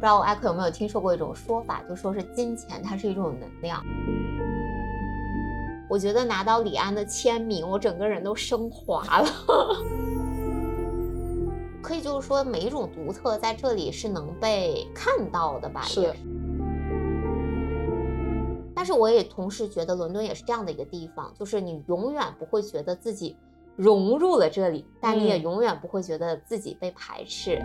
知道艾克有没有听说过一种说法，就说是金钱它是一种能量。我觉得拿到李安的签名，我整个人都升华了。可以就是说每一种独特在这里是能被看到的吧。 是。 但是我也同时觉得伦敦也是这样的一个地方，就是你永远不会觉得自己融入了这里，但你也永远不会觉得自己被排斥。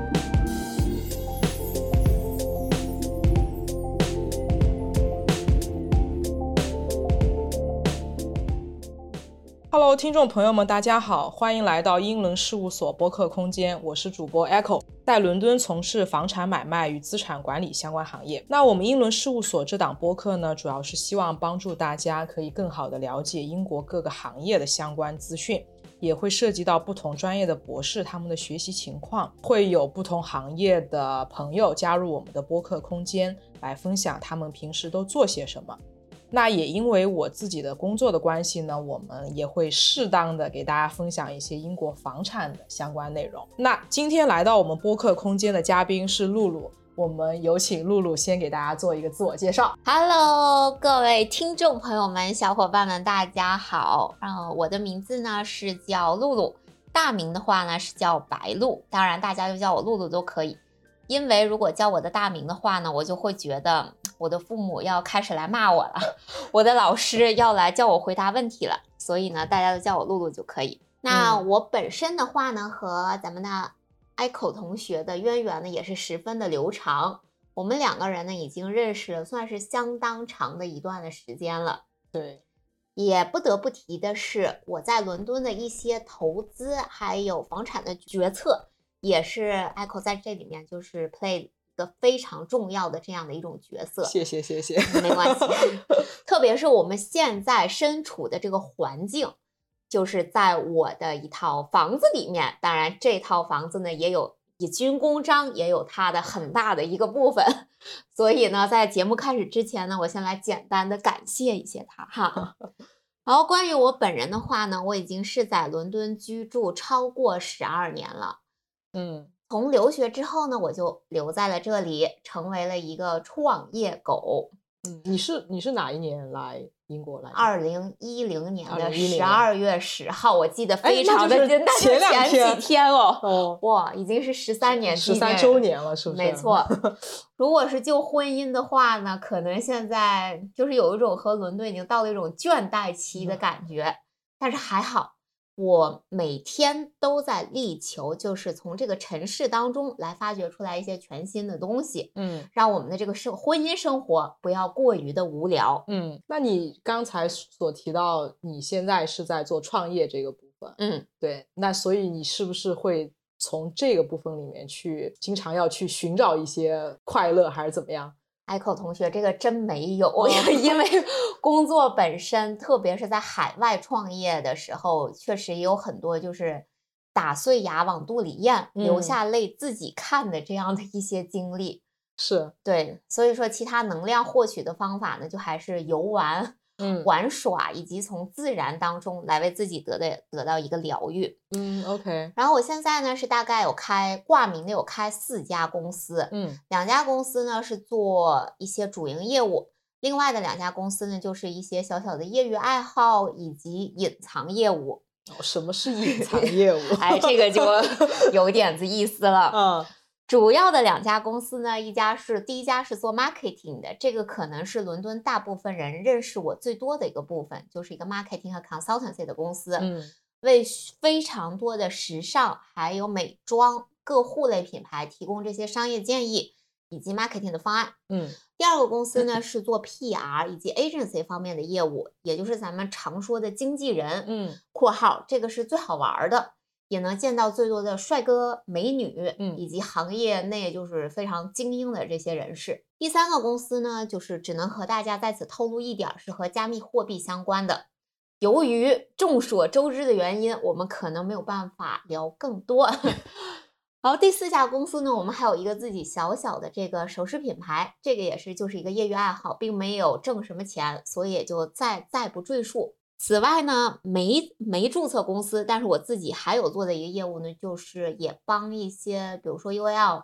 Hello， 听众朋友们，大家好，欢迎来到英伦事务所播客空间，我是主播 Echo， 在伦敦从事房产买卖与资产管理相关行业。那我们英伦事务所这档播客呢，主要是希望帮助大家可以更好的了解英国各个行业的相关资讯，也会涉及到不同专业的博士他们的学习情况，会有不同行业的朋友加入我们的播客空间，来分享他们平时都做些什么。那也因为我自己的工作的关系呢，我们也会适当的给大家分享一些英国房产的相关内容。那今天来到我们播客空间的嘉宾是露露，我们有请露露先给大家做一个自我介绍。 Hello， 各位听众朋友们、小伙伴们，大家好。我的名字呢是叫露露，大名的话呢是叫白露，当然大家就叫我露露都可以。因为如果叫我的大名的话呢，我就会觉得我的父母要开始来骂我了，我的老师要来叫我回答问题了，所以呢，大家都叫我露露就可以。那我本身的话呢，和咱们的Echo同学的渊源呢，也是十分的流长。我们两个人呢，已经认识了算是相当长的一段的时间了。 对， 也不得不提的是，我在伦敦的一些投资还有房产的决策，也是 Echo 在这里面就是 play一个非常重要的这样的一种角色。 谢谢。 没关系。特别是我们现在身处的这个环境，就是在我的一套房子里面，当然这套房子呢也有以军功章，也有它的很大的一个部分。所以呢，在节目开始之前呢，我先来简单的感谢一些它哈。然后关于我本人的话呢，我已经是在伦敦居住超过12年了。从留学之后呢，我就留在了这里，成为了一个创业狗。 你是哪一年来英国来 ？2010年的12月10号，我记得非常的那就是前几天哦。哇，已经是13年 13周年了，是不是？ 没错。如果是就婚姻的话呢，可能现在就是有一种和伦敦已经到了一种倦怠期的感觉，但是还好。我每天都在力求，就是从这个城市当中来发掘出来一些全新的东西，让我们的这个婚姻生活不要过于的无聊。 那你刚才所提到你现在是在做创业这个部分，对，那所以你是不是会从这个部分里面去经常要去寻找一些快乐，还是怎么样 ？Echo 同学，这个真没有，因为工作本身，特别是在海外创业的时候，确实也有很多就是打碎牙往肚里咽，流下泪自己看的这样的一些经历。 是， 对，所以说其他能量获取的方法呢，就还是游玩、玩耍，以及从自然当中来为自己得到一个疗愈。 OK。 然后我现在呢是大概挂名的有开4家公司，2家公司呢是做一些主营业务，另外的2家公司呢就是一些小小的业余爱好以及隐藏业务。 什么是隐藏业务？ 哎，这个就有点子意思了。主要的2家公司呢，第一家是做 marketing 的，这个可能是伦敦大部分人认识我最多的一个部分，就是一个 marketing 和 consultancy 的公司，为非常多的时尚还有美妆各户类品牌提供这些商业建议以及 marketing 的方案。第2个公司呢是做 PR 以及 agency 方面的业务，也就是咱们常说的经纪人，括号这个是最好玩的，也能见到最多的帅哥美女，以及行业内就是非常精英的这些人士。第3个公司呢，就是只能和大家在此透露一点，是和加密货币相关的。由于众所周知的原因，我们可能没有办法聊更多。然后第4家公司呢，我们还有一个自己小小的这个首饰品牌，这个也是就是一个业余爱好，并没有挣什么钱，所以也就再不赘述。此外呢，没注册公司，但是我自己还有做的一个业务呢，就是也帮一些比如说 UAL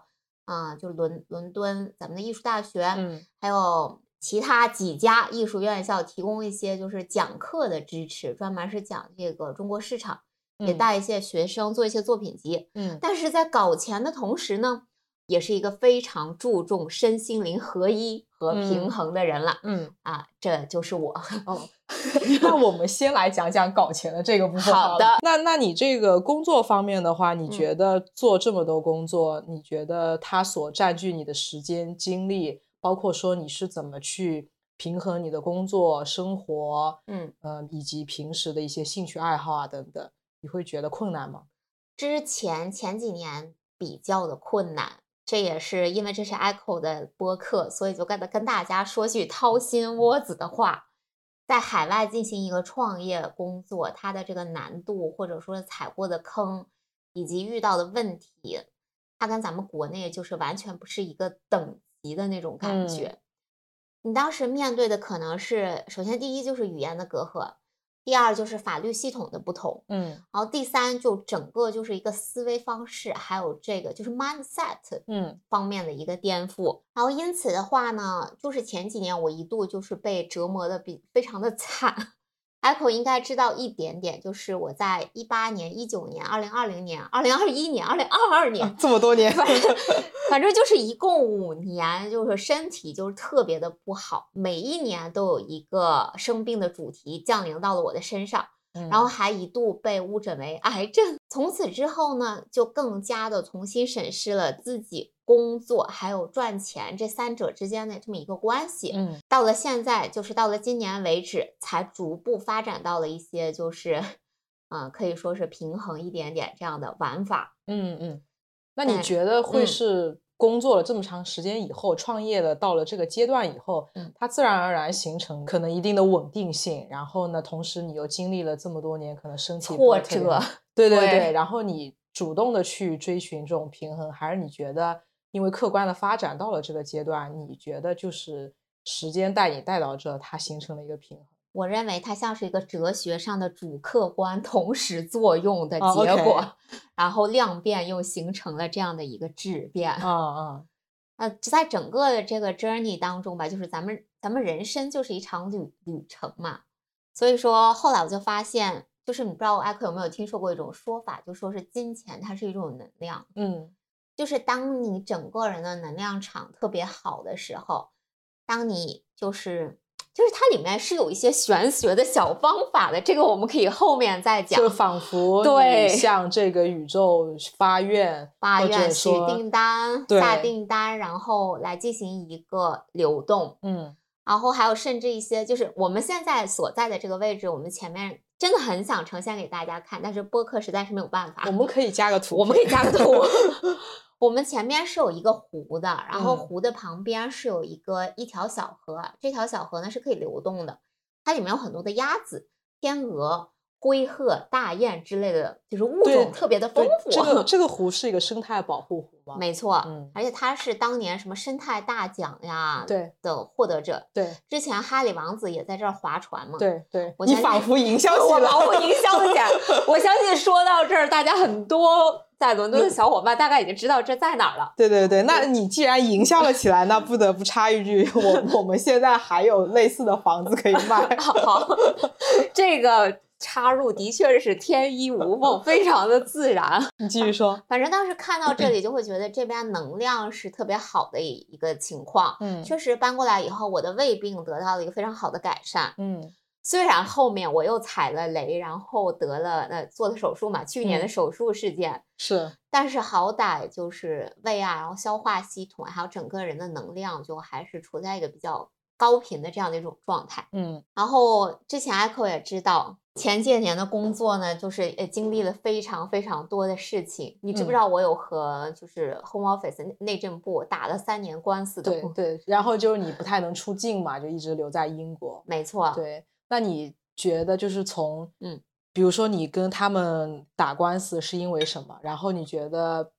就是伦敦咱们的艺术大学，还有其他几家艺术院校提供一些就是讲课的支持，专门是讲这个中国市场，也带一些学生做一些作品集。但是在搞钱的同时呢，也是一个非常注重身心灵合一和平衡的人了。这就是我。 那我们先来讲讲搞钱的这个部分。 好的。 那你这个工作方面的话，你觉得做这么多工作，你觉得它所占据你的时间精力，包括说你是怎么去平衡你的工作生活，以及平时的一些兴趣爱好啊等等，你会觉得困难吗？ 前几年比较的困难，这也是因为这是 Echo 的播客，所以就跟大家说句掏心窝子的话。在海外进行一个创业工作，它的这个难度或者说踩过的坑以及遇到的问题，它跟咱们国内就是完全不是一个等级的那种感觉。你当时面对的可能是，首先第一就是语言的隔阂，第二就是法律系统的不同，然后第三就整个就是一个思维方式，还有这个就是 mindset 方面的一个颠覆。然后因此的话呢，就是前几年我一度就是被折磨的非常的惨。Echo 应该知道一点点，就是我在18年、19年、2020年、2021年、2022年这么多年， 反正就是一共5年，就是身体就是特别的不好，每一年都有一个生病的主题降临到了我的身上，然后还一度被误诊为癌症。从此之后呢，就更加的重新审视了自己工作还有赚钱这三者之间的这么一个关系。到了现在，就是到了今年为止，才逐步发展到了一些就是可以说是平衡一点点这样的玩法。 那你觉得会是工作了这么长时间以后，创业的到了这个阶段以后，它自然而然形成可能一定的稳定性，然后呢，同时你又经历了这么多年可能身体挫折， 对，然后你主动的去追寻这种平衡，还是你觉得因为客观的发展到了这个阶段，你觉得就是时间带你带到这，它形成了一个平衡？ 我认为它像是一个哲学上的主客观同时作用的结果，然后量变又形成了这样的一个质变。在整个的这个 journey 当中吧，就是咱们人生就是一场旅程嘛。所以说后来我就发现，就是你不知道Echo有没有听说过一种说法，就说是金钱它是一种能量。就是当你整个人的能量场特别好的时候，当你就是它里面是有一些玄学的小方法的，这个我们可以后面再讲。 就仿佛你向这个宇宙发愿许订单下订单，然后来进行一个流动。然后还有甚至一些就是我们现在所在的这个位置，我们前面真的很想呈现给大家看，但是播客实在是没有办法。 我们可以加个图， 我们前面是有一个湖的，然后湖的旁边是有一条小河，这条小河呢是可以流动的，它里面有很多的鸭子、天鹅、灰鹤、大雁之类的，就是物种特别的丰富。 这个湖是一个生态保护湖吗？ 没错，而且它是当年什么生态大奖呀的获得者。之前哈里王子也在这儿划船嘛。 你仿佛营销起来了， 我营销起来。我相信说到这儿，大家很多在伦敦的小伙伴大概已经知道这在哪儿了。 对，那你既然营销了起来，那不得不插一句，我们现在还有类似的房子可以卖。 好，这个插入的确是天衣无缝，非常的自然。 你继续说。 反正当时看到这里就会觉得这边能量是特别好的一个情况。确实搬过来以后，我的胃病得到了一个非常好的改善。虽然后面我又踩了雷，然后得了做的手术嘛，去年的手术事件是， 但是好歹就是胃啊，然后消化系统还有整个人的能量就还是处在一个比较高频的这样的一种状态。然后之前 Echo 也知道前些年的工作呢，就是也经历了非常非常多的事情。你知不知道我有和就是 Home Office 内政部打了3年官司的？ 对，然后就是你不太能出境嘛，就一直留在英国。 没错。 对，那你觉得就是从比如说你跟他们打官司是因为什么？然后你觉得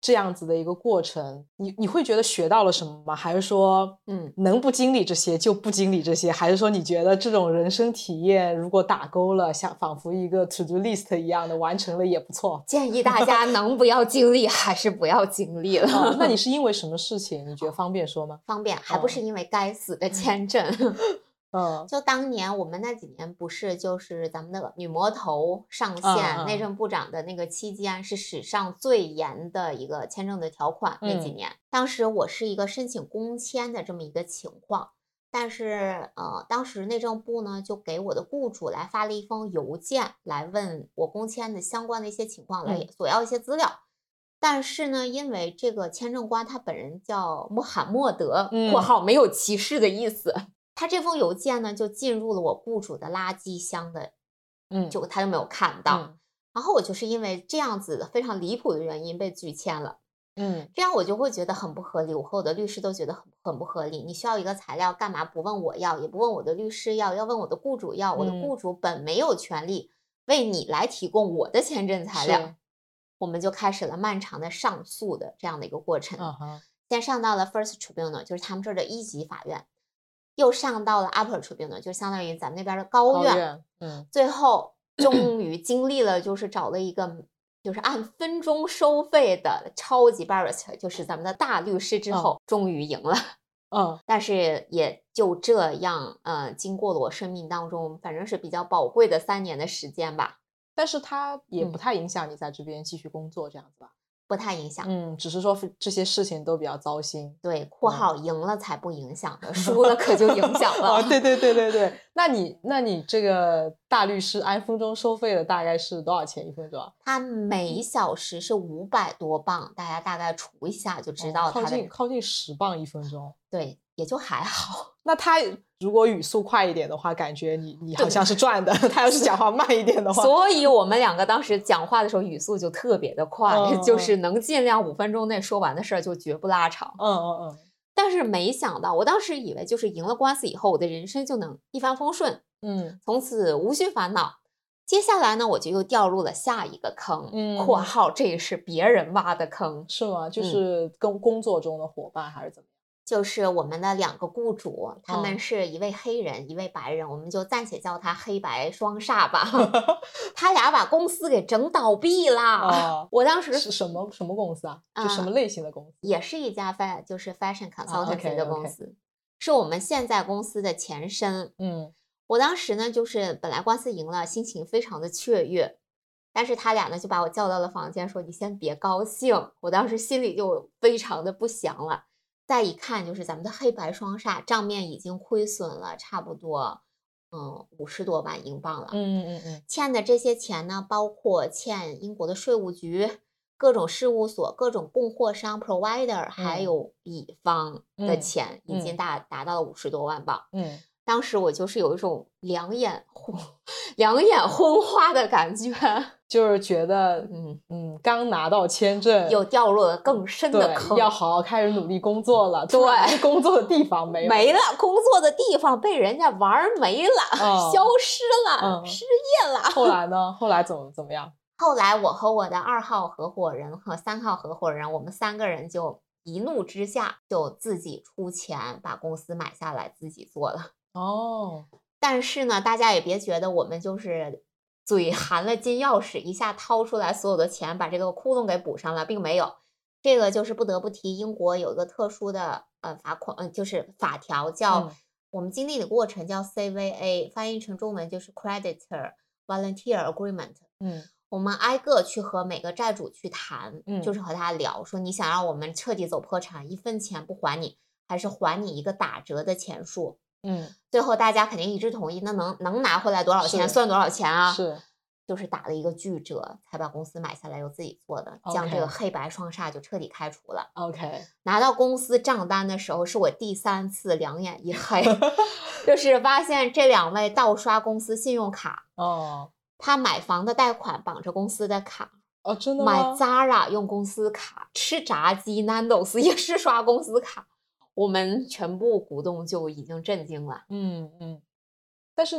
这样子的一个过程，你会觉得学到了什么吗？还是说能不经历这些就不经历这些？还是说你觉得这种人生体验如果打勾了，像仿佛一个 to do list 一样的完成了也不错？ 建议大家能不要经历还是不要经历了。 那你是因为什么事情你觉得方便说吗？ 方便，还不是因为该死的签证。就当年我们那几年不是就是咱们的女魔头上线，内政部长的那个期间是史上最严的一个签证的条款，那几年当时我是一个申请工签的这么一个情况，但是当时内政部呢就给我的雇主来发了一封邮件来问我工签的相关的一些情况，来索要一些资料。但是呢，因为这个签证官他本人叫穆罕默德（括号没有歧视的意思），他这封邮件呢就进入了我雇主的垃圾箱的，就他就没有看到。然后我就是因为这样子的非常离谱的原因被拒签了。这样我就会觉得很不合理，我和我的律师都觉得很不合理。你需要一个材料，干嘛不问我要，也不问我的律师要问我的雇主要？我的雇主本没有权利为你来提供我的签证材料。我们就开始了漫长的上诉的这样的一个过程。先上到了 First Tribunal， 就是他们这儿的1级法院，又上到了 Upper Tribunal， 就相当于咱们那边的高院。最后终于经历了，就是找了一个就是按分钟收费的超级 barrister， 就是咱们的大律师之后，终于赢了。但是也就这样，经过了我生命当中反正是比较宝贵的3年的时间吧。 但是它也不太影响你在这边继续工作这样子吧？ 不太影响。 只是说这些事情都比较糟心。 对，括号赢了才不影响的，输了可就影响了。 对。那你这个大律师按分钟收费的大概是多少钱1分钟？ 他每小时是500多磅，大家大概除一下就知道它的靠近10磅1分钟。 对，也就还好。 那他如果语速快一点的话，感觉你好像是赚的。他要是讲话慢一点的话， 所以我们2个当时讲话的时候语速就特别的快，就是能尽量5分钟内说完的事儿就绝不拉长。但是没想到，我当时以为就是赢了官司以后，我的人生就能一帆风顺，从此无需烦恼。接下来呢，我就又掉入了下一个坑，括号这是别人挖的坑。 是吗？就是跟工作中的伙伴还是怎么样？ 就是我们的2个雇主，他们是一位黑人，一位白人，我们就暂且叫他黑白双煞吧。他俩把公司给整倒闭了。我当时是什么公司啊？就什么类型的公司？ 也是一家就是 fashion consultancy 的公司，是我们现在公司的前身。我当时呢，就是本来官司赢了，心情非常的雀跃，但是他俩呢就把我叫到了房间，说你先别高兴。我当时心里就非常的不祥了。再一看，就是咱们的黑白双煞账面已经亏损了差不多50多万英镑了。欠的这些钱呢，包括欠英国的税务局、各种事务所、各种供货商 provider，还有乙方的钱，已经达到了50多万镑。当时我就是有一种两眼昏花的感觉， 就是觉得刚拿到签证又掉入了更深的坑， 要好好开始努力工作了。对，工作的地方没了，工作的地方被人家玩没了，消失了，失业了。 后来呢？后来怎么样？ 后来我和我的2号合伙人和3号合伙人，我们3个人就一怒之下就自己出钱把公司买下来，自己做了。但是呢，大家也别觉得我们就是嘴含了金钥匙，一下掏出来所有的钱把这个窟窿给补上了，并没有。这个就是不得不提英国有一个特殊的罚款，就是法条叫我们经历的过程叫 CVA， 翻译成中文就是 Creditor Volunteer Agreement。我们挨个去和每个债主去谈，就是和他聊说你想让我们彻底走破产，1分钱不还你，还是还你一个打折的钱数。最后大家肯定一致同意，那能拿回来多少钱算多少钱啊？就是打了一个巨折才把公司买下来，又自己做的，将这个黑白双煞就彻底开除了。拿到公司账单的时候，是我第3次两眼一黑，就是发现这2位盗刷公司信用卡。他买房的贷款绑着公司的卡。 真的吗？ 买 Zara 用公司卡，吃炸鸡 Nando's 也是刷公司卡。我们全部股东就已经震惊了。 但是你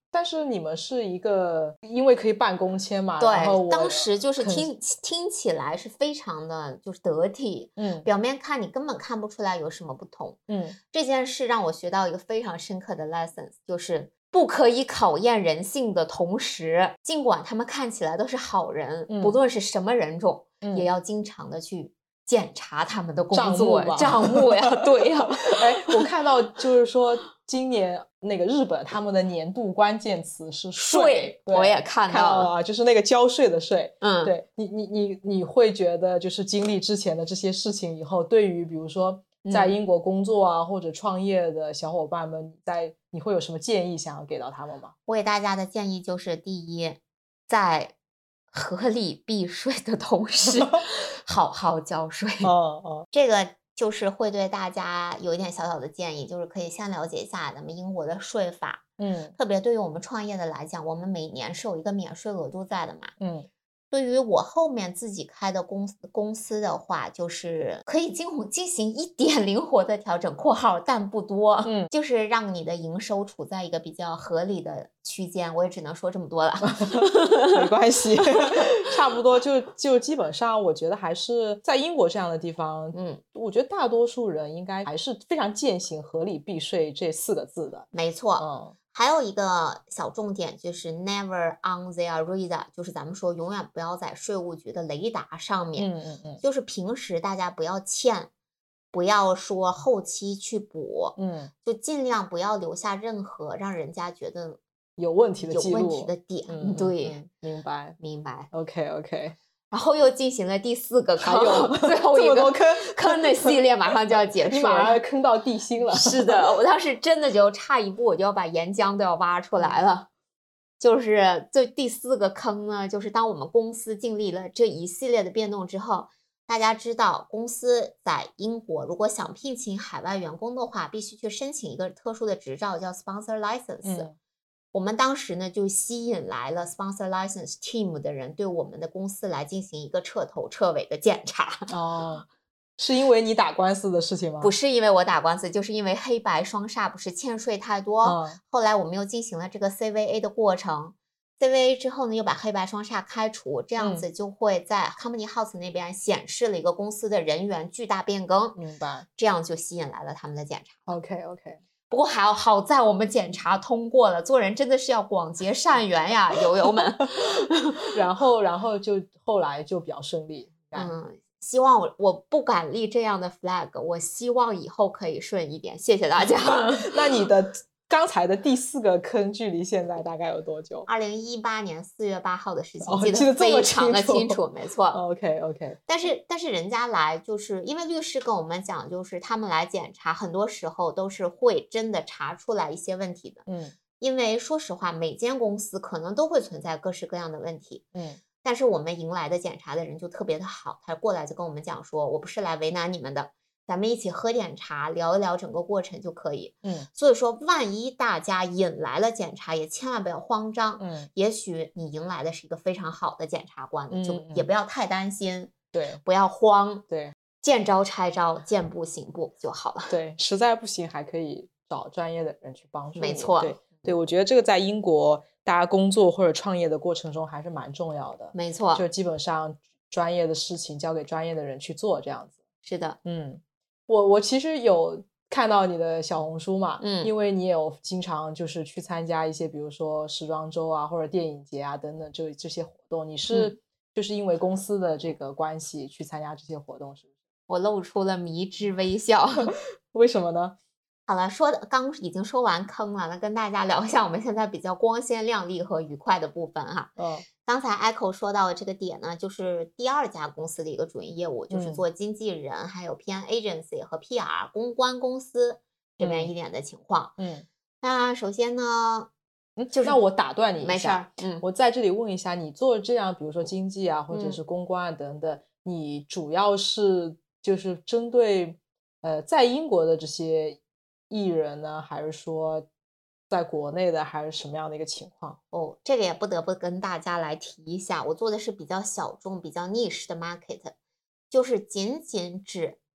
但是你们是一个，因为可以办公签嘛， 对， 然后当时就是听起来是非常的就是得体，表面看你根本看不出来有什么不同，这件事让我学到一个非常深刻的 lesson， 就是不可以考验人性的同时，尽管他们看起来都是好人，不论是什么人种，也要经常的去检查他们的工作账目呀，对呀。 哎，我看到就是说今年那个日本他们的年度关键词是税， 我也看到了，就是那个交税的税。对，你会觉得就是经历之前的这些事情以后，对于比如说在英国工作啊，或者创业的小伙伴们，你会有什么建议想要给到他们吗？ 我给大家的建议就是，第一，在合理避税的同时好好交税。这个就是会对大家有一点小小的建议，就是可以先了解一下咱们英国的税法。特别对于我们创业的来讲，我们每年是有一个免税额度在的嘛。对于我后面自己开的公司的话，就是可以进行一点灵活的调整（括号但不多），就是让你的营收处在一个比较合理的区间。我也只能说这么多了， 没关系，差不多就基本上，我觉得还是在英国这样的地方，我觉得大多数人应该还是非常践行合理避税这4个字的。 没错。还有一个小重点就是 never on their radar， 就是咱们说永远不要在税务局的雷达上面。就是平时大家不要欠，不要说后期去补，就尽量不要留下任何让人家觉得有问题的记录、 有问题的点。对， 明白。OK。 然后又进行了第4个坑，最后一个坑的系列马上就要结束了， 你马上坑到地心了。 是的，我当时真的就差一步，我就要把岩浆都要挖出来了。就是这第4个坑呢，就是当我们公司经历了这一系列的变动之后，大家知道公司在英国如果想聘请海外员工的话，必须去申请一个特殊的执照，叫 sponsor license。我们当时呢就吸引来了 sponsor license team 的人对我们的公司来进行一个彻头彻尾的检查。 是因为你打官司的事情吗？ 不是因为我打官司，就是因为黑白双煞不是欠税太多。后来我们又进行了这个 CVA 的过程， CVA 之后呢又把黑白双煞开除，这样子就会在 Company House 那边显示了一个公司的人员巨大变更。 明白。 这样就吸引来了他们的检查。 OK。 不过好在我们检查通过了，做人真的是要广结善缘呀，友友们。 然后就后来就比较顺利。 希望我不敢立这样的 flag， 我希望以后可以顺一点，谢谢大家。 那你的刚才的第4个坑距离现在大概有多久 ？2018年4月8号的事情，记得非常的清楚，没错。 OK。 但是人家来就是因为律师跟我们讲，就是他们来检查，很多时候都是会真的查出来一些问题的。因为说实话，每间公司可能都会存在各式各样的问题。但是我们迎来的检查的人就特别的好，他过来就跟我们讲说，我不是来为难你们的，咱们一起喝点茶，聊一聊整个过程就可以。所以说万一大家引来了检查，也千万不要慌张。也许你迎来的是一个非常好的检察官，就也不要太担心。 对， 不要慌。 对， 见招拆招，见步行步就好了。 对，实在不行还可以找专业的人去帮助你。 没错。 对，我觉得这个在英国大家工作或者创业的过程中还是蛮重要的。 没错， 就基本上专业的事情交给专业的人去做，这样子。 是的。 我其实有看到你的小红书嘛，因为你也有经常就是去参加一些比如说时装周啊或者电影节啊等等这些活动，你是就是因为公司的这个关系去参加这些活动是不是？ 我露出了迷之微笑。 为什么呢？ 好了，刚已经说完坑了，那跟大家聊一下我们现在比较光鲜亮丽和愉快的部分哈。刚才 Echo 说到的这个点呢，就是第2家公司的一个主营业务，就是做经纪人，还有 PR agency 和 PR 公关公司这边一点的情况。那首先呢， 那我打断你一下， 没事儿。 我在这里问一下，你做这样比如说经纪啊，或者是公关啊等等，你主要是就是针对在英国的这些艺人呢，还是说在国内的，还是什么样的一个情况？ 这个也不得不跟大家来提一下，我做的是比较小众比较 niche 的 market， 就是仅只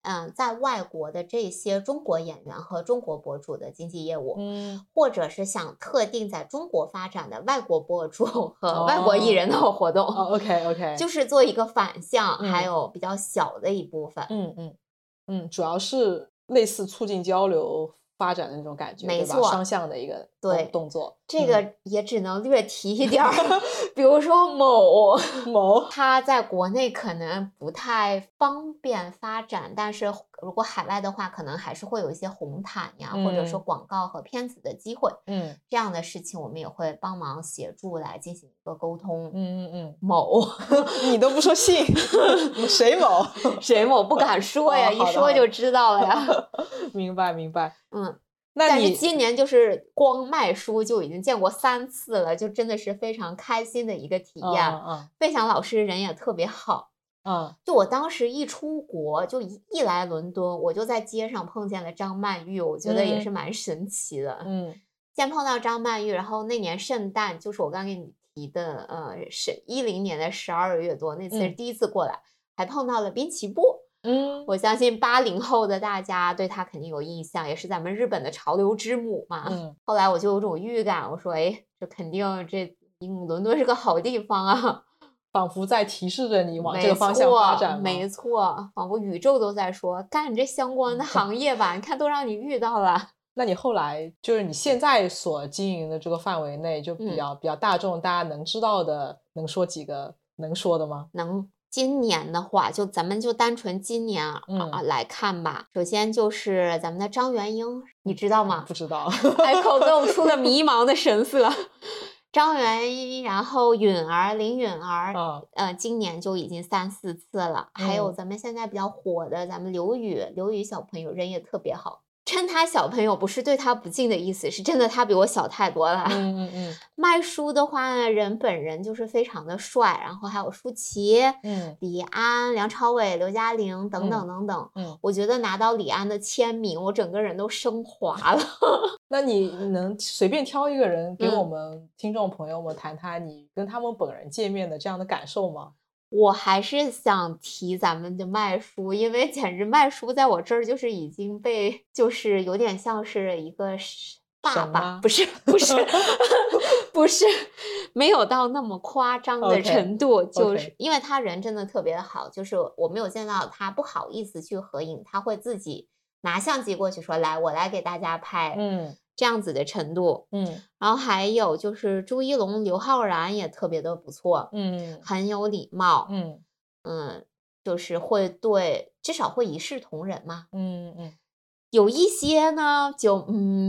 在外国的这些中国演员和中国博主的经纪业务， 嗯， 或者是想特定在中国发展的外国博主和外国艺人的活动。 OK， 就是做一个反向，还有比较小的一部分。 主要是类似促进交流发展的那种感觉， 没错， 对吧？双向的一个动作。 这个也只能略提一点比如说某他在国内可能不太方便发展，但是如果海外的话，可能还是会有一些红毯呀，或者说广告和片子的机会。这样的事情我们也会帮忙协助来进行一个沟通。某你都不说姓谁某谁某不敢说呀，一说就知道了呀。 明白。 但是今年就是光卖书就已经见过3次了，就真的是非常开心的一个体验。费翔老师人也特别好。就我当时一出国，就一来伦敦，我就在街上碰见了张曼玉，我觉得也是蛮神奇的。先碰到张曼玉，然后那年圣诞，就是我刚给你提的，是10年的12月多，那次是第一次过来，还碰到了滨崎步。我相信80后的大家对她肯定有印象，也是咱们日本的潮流之母嘛。后来我就有种预感，我说，哎，这肯定伦敦是个好地方啊。 仿佛在提示着你往这个方向发展。 没错，仿佛宇宙都在说干这相关的行业吧，你看都让你遇到了。 那你后来就是你现在所经营的这个范围内，就比较大众，大家能知道的，能说几个能说的吗？ 能。今年的话，咱们就单纯今年来看吧。首先就是咱们的张元英，你知道吗？ 不知道。 Echo 露出了迷茫的神色。张元英，然后林允儿，今年就已经3、4次了。还有咱们现在比较火的，咱们刘宇小朋友人也特别好。称他小朋友不是对他不敬的意思，是真的他比我小太多了。卖书的话呢，人本人就是非常的帅，然后还有舒淇、李安、梁朝伟、刘嘉玲等等等等。我觉得拿到李安的签名，我整个人都升华了。 那你能随便挑一个人给我们听众朋友们谈谈你跟他们本人见面的这样的感受吗？ 我还是想提咱们的麦叔，因为简直麦叔在我这儿就是已经被，就是有点像是一个爸爸，不是不是，没有到那么夸张的程度。就是因为他人真的特别好，就是我没有见到他不好意思去合影，他会自己拿相机过去说，来，我来给大家拍。这样子的程度。然后还有就是朱一龙、刘昊然也特别的不错。很有礼貌。就是至少会一视同仁嘛。有一些呢就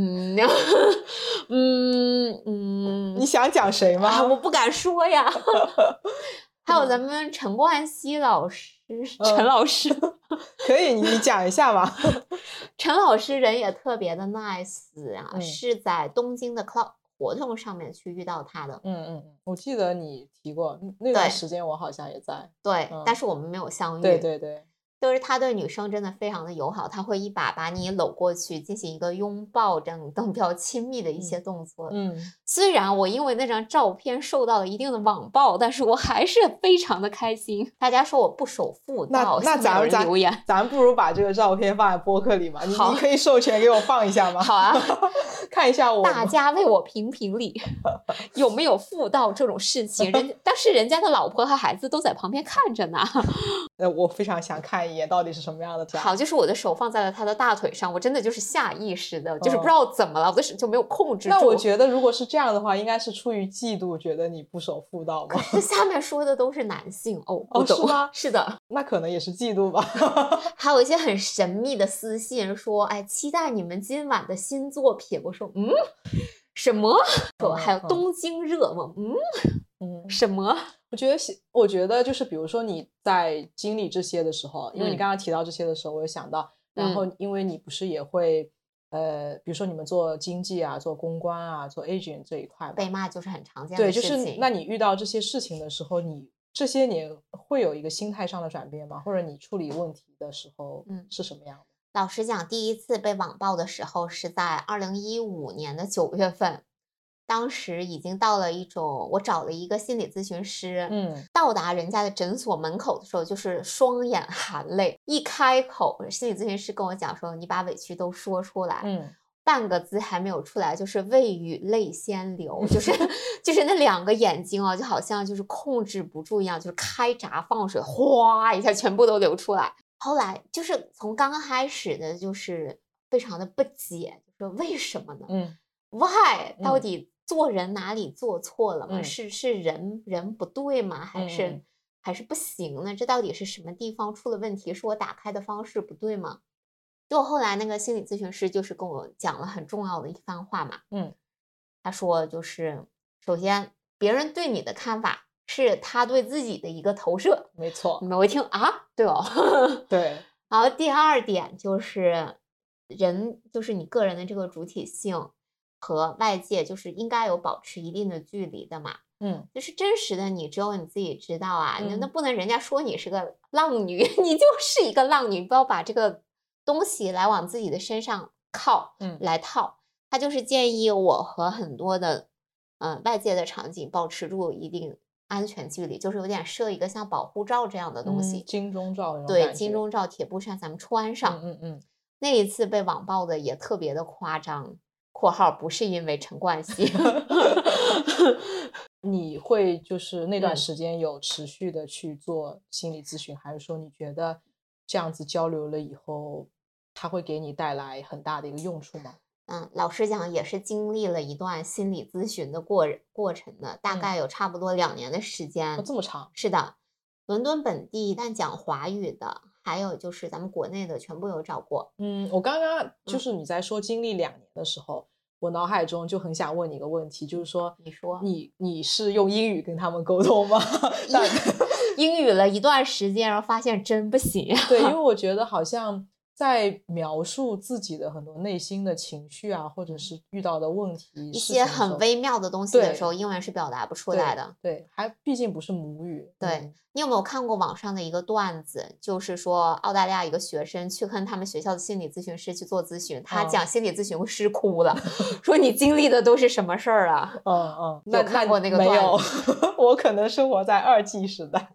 你想讲谁吗？ 我不敢说呀。还有咱们陈冠希老师，陈老师可以你讲一下吧。 陈老师人也特别的 nice 啊，是在东京的 club 活动上面去遇到他的。 我记得你提过那段时间，我好像也在。 对，但是我们没有相遇。 对。 就是他对女生真的非常的友好，他会一把把你搂过去进行一个拥抱等比较亲密的一些动作。虽然我因为那张照片受到了一定的网暴，但是我还是非常的开心。大家说我不守妇道， 那咱不如把这个照片放在播客里嘛。你可以授权给我放一下吗？ 好啊。 看一下我， 大家为我评评理，有没有妇道这种事情？但是人家的老婆和孩子都在旁边看着呢。 我非常想看一眼到底是什么样的照。 好，就是我的手放在了他的大腿上，我真的就是下意识的，就是不知道怎么了，我的手就没有控制住。 那我觉得如果是这样的话，应该是出于嫉妒，觉得你不守妇道吗？ 下面说的都是男性哦， 是吗？ 是的， 那可能也是嫉妒吧。 还有一些很神秘的私信说，哎，期待你们今晚的新作品。我说，什么？说还有东京热吗？什么？ 我觉得就是比如说你在经历这些的时候，因为你刚刚提到这些的时候，我有想到，然后因为你不是也会比如说你们做经纪啊，做公关啊，做 agent 这一块被骂就是很常见的事情。 对，就是那你遇到这些事情的时候，你这些年会有一个心态上的转变吗？或者你处理问题的时候是什么样的？ 老实讲，第一次被网暴的时候是在2015年的9月份。 当时已经到了一种，我找了一个心理咨询师，到达人家的诊所门口的时候，就是双眼含泪，一开口，心理咨询师跟我讲说，你把委屈都说出来，半个字还没有出来，就是未语泪先流，就是那2个眼睛啊，就好像就是控制不住一样，就是开闸放水，哗一下全部都流出来。后来就是从刚刚开始的，就是非常的不解，就是为什么呢？Why？到底做人哪里做错了吗？是人不对吗？还是不行呢？这到底是什么地方出了问题？是我打开的方式不对吗？就后来那个心理咨询师就是跟我讲了很重要的一番话嘛，他说就是首先别人对你的看法是他对自己的一个投射， 没错。 我一听啊，对哦， 对。 然后第2点就是人就是你个人的这个主体性和外界就是应该有保持一定的距离的嘛，就是真实的你只有你自己知道啊，那不能人家说你是个浪女，你就是一个浪女，不要把这个东西来往自己的身上靠，来套。他就是建议我和很多的外界的场景保持住一定安全距离，就是有点设一个像保护罩这样的东西， 金钟罩那种对，金钟罩铁布衫咱们穿上。那一次被网暴的也特别的夸张，括号不是因为陈冠希。 你会就是那段时间有持续的去做心理咨询，还是说你觉得这样子交流了以后，它会给你带来很大的一个用处吗？ 老实讲也是经历了一段心理咨询的过程的，大概有差不多2年的时间。 这么长？ 是的，伦敦本地但讲华语的，还有就是咱们国内的全部有找过。 我刚刚就是你在说经历2年的时候，我脑海中就很想问你一个问题，就是说你是用英语跟他们沟通吗？ 英语了一段时间，然后发现真不行。 对，因为我觉得好像在描述自己的很多内心的情绪啊，或者是遇到的问题， 一些很微妙的东西的时候，英文是表达不出来的。 对，还毕竟不是母语。 对，你有没有看过网上的一个段子，就是说澳大利亚一个学生去跟他们学校的心理咨询师去做咨询，他讲心理咨询师哭了，说你经历的都是什么事儿啊？有看过那个段子？ 没有，我可能生活在2G 时代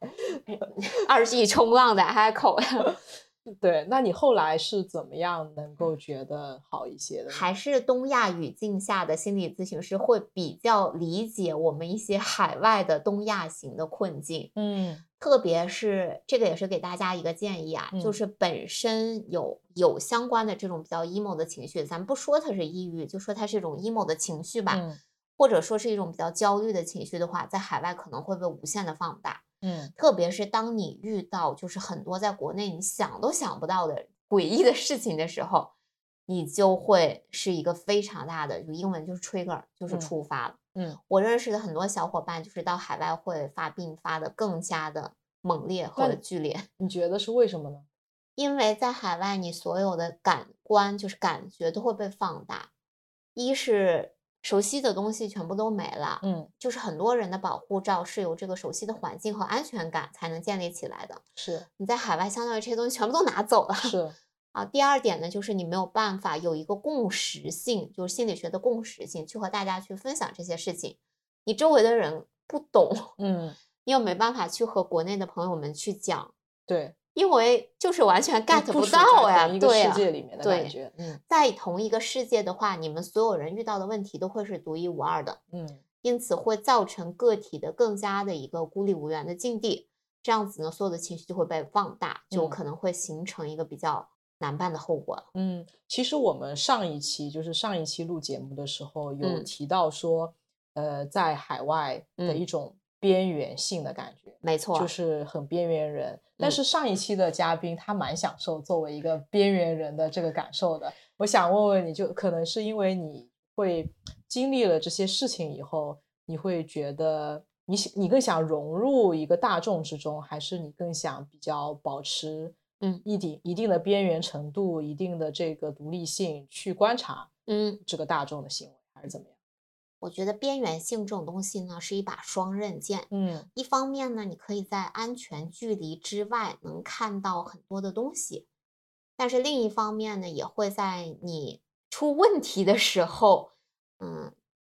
，2G 冲浪的 Echo。 对，那你后来是怎么样能够觉得好一些的？ 还是东亚语境下的心理咨询师会比较理解我们一些海外的东亚型的困境。特别是这个也是给大家一个建议啊，就是本身有相关的这种比较 emo 的情绪，咱不说它是抑郁，就说它是一种 emo 的情绪吧，或者说是一种比较焦虑的情绪的话，在海外可能会被无限的放大。特别是当你遇到就是很多在国内你想都想不到的诡异的事情的时候，你就会是一个非常大的，就英文就是 trigger， 就是触发了。我认识的很多小伙伴就是到海外会发病发的更加的猛烈和剧烈。 你觉得是为什么呢？ 因为在海外你所有的感官就是感觉都会被放大，一是熟悉的东西全部都没了，就是很多人的保护罩是由这个熟悉的环境和安全感才能建立起来的。 是你在海外相当于这些东西全部都拿走了。 是第2点呢，就是你没有办法有一个共识性，就是心理学的共识性，去和大家去分享这些事情。你周围的人不懂，你又没办法去和国内的朋友们去讲。 对。 因为就是完全 get 不到呀， 对呀，世界里面的感觉。 在同一个世界的话，你们所有人遇到的问题都会是独一无二的，因此会造成个体的更加的一个孤立无援的境地。这样子呢，所有的情绪就会被放大，就可能会形成一个比较难办的后果。 其实我们上一期录节目的时候有提到说，在海外的一种边缘性的感觉。 没错， 就是很边缘人。但是上一期的嘉宾他蛮享受作为一个边缘人的这个感受的。我想问问你，就可能是因为你会经历了这些事情以后，你会觉得你更想融入一个大众之中，还是你更想比较保持一定的边缘程度，一定的这个独立性去观察这个大众的行为，还是怎么样？ 我觉得边缘性这种东西呢，是一把双刃剑。一方面呢，你可以在安全距离之外能看到很多的东西，但是另一方面呢，也会在你出问题的时候，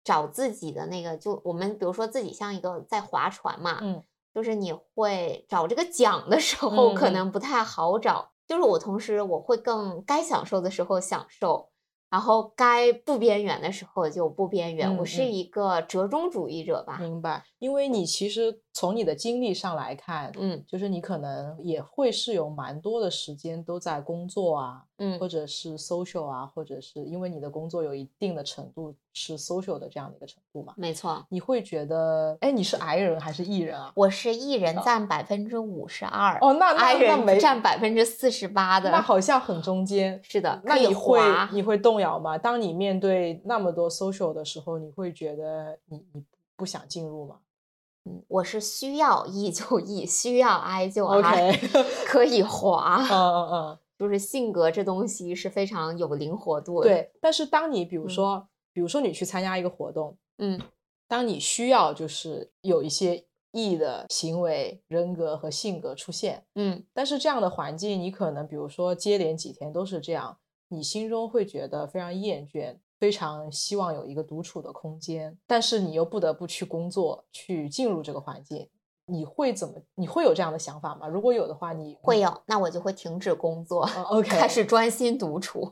找自己的那个，就我们比如说自己像一个在划船嘛，就是你会找这个桨的时候可能不太好找，就是我同时我会更该享受的时候享受，然后该不边缘的时候就不边缘，我是一个折中主义者吧。 明白，因为你其实从你的经历上来看，就是你可能也会是有蛮多的时间都在工作啊，或者是 social 啊，或者是因为你的工作有一定的程度是 social 的这样的一个程度嘛。 没错。 你会觉得，哎，你是 I 人还是 E 人啊？ 我是 E 人占52%， 那 I 人占48%的， 那好像很中间。 是的， 那你会动摇吗？当你面对那么多 social 的时候，你会觉得你不想进入吗？ 我是需要 E 就 E， 需要 I 就 I， 可以滑。就是性格这东西是非常有灵活度的。 对，但是当你比如说你去参加一个活动，当你需要就是有一些 E 的行为、人格和性格出现，但是这样的环境，你可能比如说接连几天都是这样，你心中会觉得非常厌倦。非常希望有一个独处的空间，但是你又不得不去工作，去进入这个环境，你会有这样的想法吗？如果有的话，你会有，那我就会停止工作 ，OK， 开始专心独处。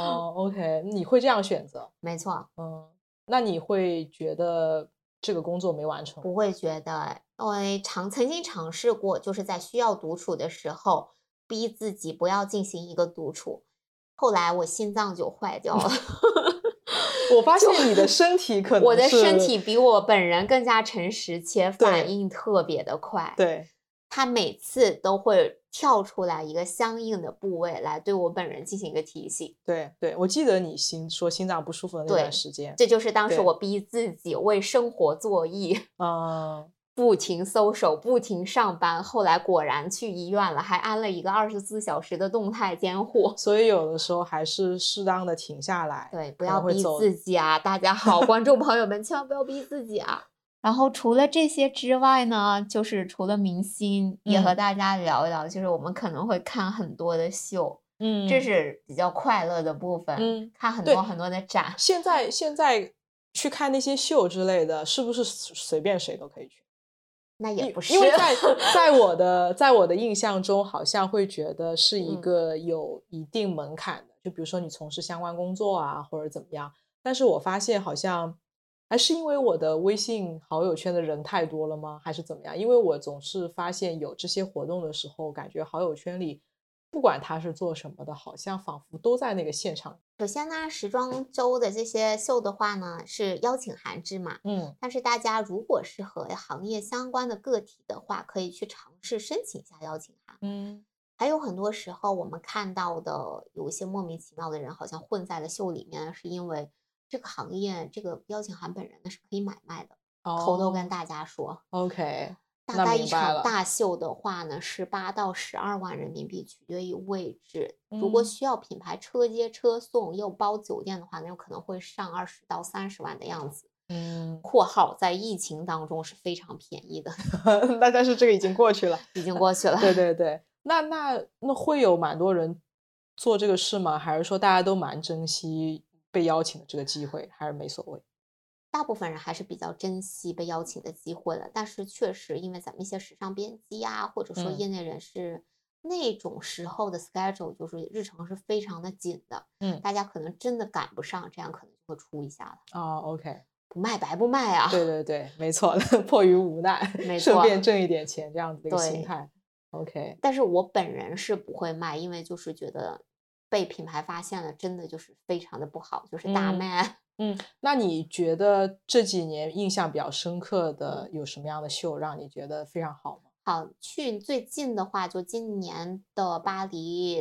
OK， 你会这样选择？ 没错。 那你会觉得这个工作没完成？ 不会觉得，我曾经尝试过，就是在需要独处的时候，逼自己不要进行一个独处，后来我心脏就坏掉了。 我发现你的身体可能我的身体比我本人更加诚实，且反应特别的快。 对， 它每次都会跳出来一个相应的部位来对我本人进行一个提醒。 对，我记得你说心脏不舒服的那段时间， 这就是当时我逼自己为生活作揖，不停搜手，不停上班，后来果然去医院了，还安了一个24小时的动态监护。 所以有的时候还是适当的停下来， 对，不要逼自己啊！大家好，观众朋友们，千万不要逼自己啊！然后除了这些之外呢，就是除了明星，也和大家聊一聊，就是我们可能会看很多的秀，这是比较快乐的部分，看很多很多的展。 现在去看那些秀之类的，是不是随便谁都可以去？ 那也不是， 因为在我的印象中，好像会觉得是一个有一定门槛的，就比如说你从事相关工作啊，或者怎么样。但是我发现好像还是因为我的微信好友圈的人太多了吗？还是怎么样？因为我总是发现有这些活动的时候，感觉好友圈里不管他是做什么的，好像仿佛都在那个现场。 首先呢，时装周的这些秀的话呢，是邀请函制嘛，但是大家如果是和行业相关的个体的话，可以去尝试申请一下邀请函。还有很多时候我们看到的有一些莫名其妙的人，好像混在了秀里面，是因为这个行业这个邀请函本人呢是可以买卖的。偷偷跟大家说 ，OK。 大概一场大秀的话呢，是8到12万人民币，取决于位置。如果需要品牌车接车送又包酒店的话，那有可能会上20到30万的样子。括号在疫情当中是非常便宜的。 但是这个已经过去了， 已经过去了。 对，那会有蛮多人做这个事吗？还是说大家都蛮珍惜被邀请的这个机会，还是没所谓？ 大部分人还是比较珍惜被邀请的机会了，但是确实因为咱们一些时尚编辑啊，或者说业内人士，那种时候的 schedule 就是日程是非常的紧的，大家可能真的赶不上，这样可能就会出一下了。 OK， 不卖白不卖啊。 对，没错，迫于无奈， 没错， 顺便挣一点钱这样子的一个心态。OK， 但是我本人是不会卖，因为就是觉得被品牌发现了，真的就是非常的不好，就是大卖。 那你觉得这几年印象比较深刻的有什么样的秀让你觉得非常好吗？ 好，最近的话，就今年的巴黎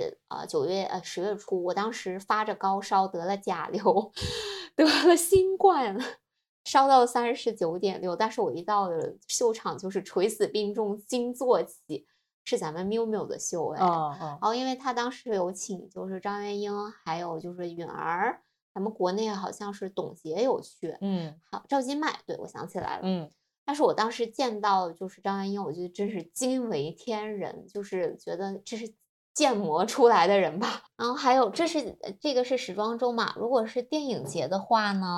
10月初，我当时发着高烧，得了甲流，得了新冠，烧到39.6，但是我一到了秀场就是垂死病中惊坐起，是咱们 miumiu 的秀然后因为他当时有请就是张元英，还有就是允儿。咱们国内好像是董洁有去，好，赵今麦，对，我想起来了，但是我当时见到就是张元英，我觉得真是惊为天人，就是觉得这是建模出来的人吧。然后还有这个是时装周嘛，如果是电影节的话呢，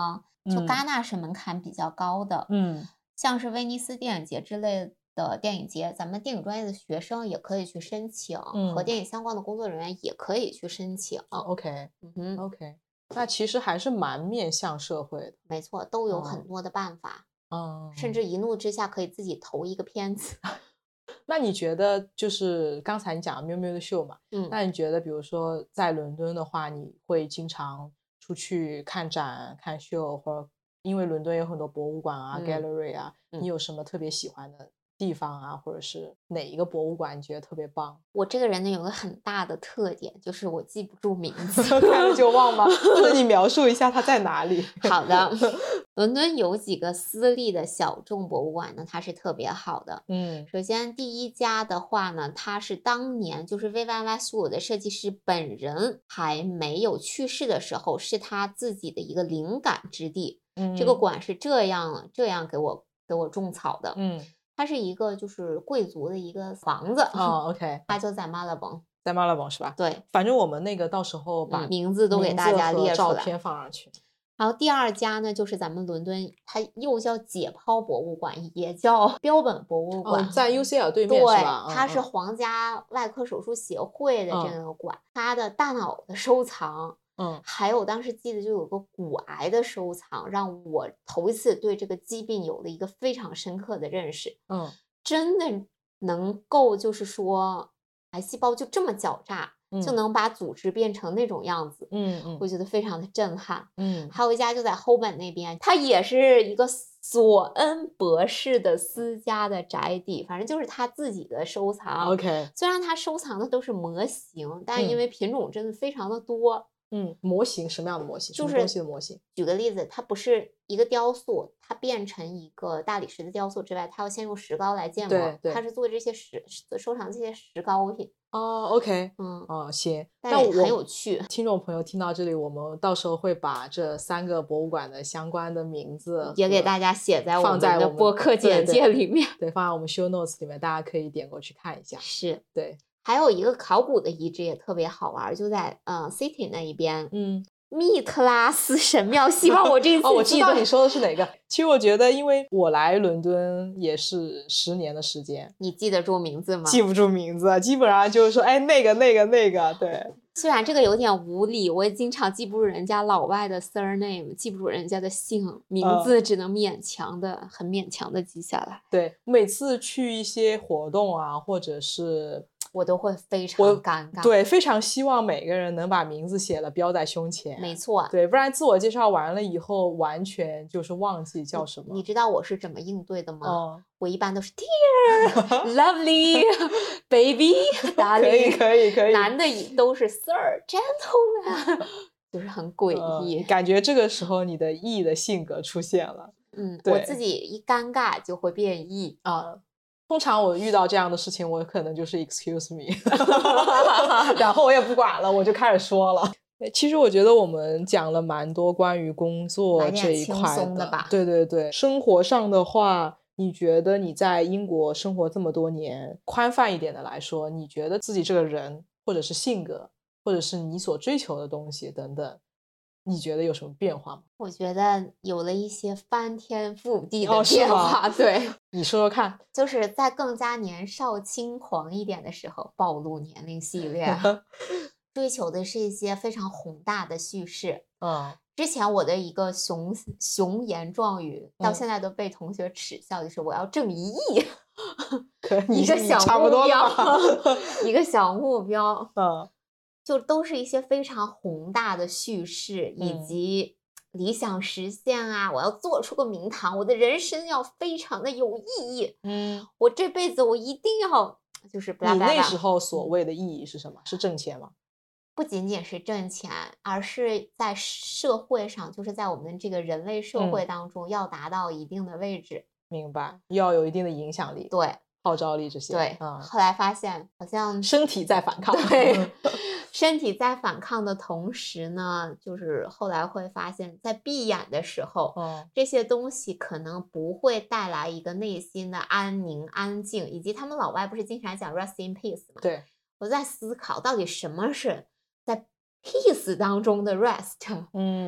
就戛纳是门槛比较高的，像是威尼斯电影节之类的电影节，咱们电影专业的学生也可以去申请，和电影相关的工作人员也可以去申请。 OK， 那其实还是蛮面向社会的。 没错，都有很多的办法。甚至一怒之下可以自己投一个片子。 那你觉得就是刚才你讲的喵喵的秀嘛，那你觉得比如说在伦敦的话，你会经常出去看展看秀，或者因为伦敦有很多博物馆啊、gallery 啊，你有什么特别喜欢的地方啊，或者是哪一个博物馆你觉得特别棒？ 我这个人呢有个很大的特点，就是我记不住名字。 看了就忘吗？或者你描述一下它在哪里？ 好的，伦敦有几个私立的小众博物馆呢，它是特别好的。首先第一家的话呢，它是当年就是 Vivienne Westwood 的设计师本人还没有去世的时候，是他自己的一个灵感之地。这个馆是这样给我种草的。它是一个就是贵族的一个房子。 OK， 它就在马勒邦。 在马勒邦是吧？ 对， 反正我们那个到时候把名字都给大家列出来， 照片放上去。 然后第二家呢，就是咱们伦敦，它又叫解剖博物馆，也叫标本博物馆， 在 UCL 对面是吧？ 它是皇家外科手术协会的这个馆，它的大脑的收藏。还有当时记得就有个骨癌的收藏，让我头一次对这个疾病有了一个非常深刻的认识。真的能够就是说癌细胞就这么狡诈，就能把组织变成那种样子。我觉得非常的震撼。还有一家就在后本那边，它也是一个索恩博士的私家的宅邸，反正就是他自己的收藏。虽然他收藏的都是模型，但因为品种真的非常的多。 模型什么样的模型？ 就是什么东西的模型？ 举个例子，它不是一个雕塑，它变成一个大理石的雕塑之外，它要先用石膏来建模。它是做这些收藏这些石膏品。 OK， 行， 但也很有趣。 听众朋友听到这里，我们到时候会把这3个博物馆的相关的名字也给大家写在我们的播客简介里面。 对，放在我们 show notes 里面，大家可以点过去看一下。 是， 对。 还有一个考古的遗址也特别好玩，就在City 那一边。密特拉斯神庙，希望我这次我知道你说的是哪个。其实我觉得，因为我来伦敦也是10年的时间， 你记得住名字吗？ 记不住名字，基本上就是说，哎，那个，对。 虽然这个有点无理，我也经常记不住人家老外的 surname， 记不住人家的姓，名字只能很勉强的记下来。 对，每次去一些活动啊，或者是我都会非常尴尬。 对，非常希望每个人能把名字写了标在胸前。 没错， 对，不然自我介绍完了以后，完全就是忘记叫什么。 你知道我是怎么应对的吗？我一般都是 Dear Lovely Baby Darling， 可以。 男的都是 Sir Gentleman， 就是很诡异。 感觉这个时候你的 E 的性格出现了。 我自己一尴尬就会变 E 通常我遇到这样的事情，我可能就是 excuse me 然后我也不管了，我就开始说了。其实我觉得我们讲了蛮多关于工作这一块的吧。 对，生活上的话，你觉得你在英国生活这么多年，宽泛一点的来说，你觉得自己这个人或者是性格或者是你所追求的东西等等，你觉得有什么变化吗？ 我觉得有了一些翻天覆地的变化。对， 你说说看。 就是在更加年少轻狂一点的时候，暴露年龄系列追求的是一些非常宏大的叙事。之前我的一个雄言壮语到现在都被同学耻笑，就是我要挣1亿一个小目标一个小目标。就都是一些非常宏大的叙事，以及理想实现啊，我要做出个名堂，我的人生要非常的有意义。我这辈子我一定要就是你那时候所谓的意义是什么？是挣钱吗？ 不仅仅是挣钱，而是在社会上，就是在我们这个人类社会当中要达到一定的位置。 明白，要有一定的影响力。 对， 号召力这些。 对，后来发现好像身体在反抗。 对，身体在反抗的同时呢，就是后来会发现在闭眼的时候，这些东西可能不会带来一个内心的安宁安静，以及他们老外不是经常讲 rest in peace 吗？ 对， 我在思考到底什么是在 peace 当中的 rest。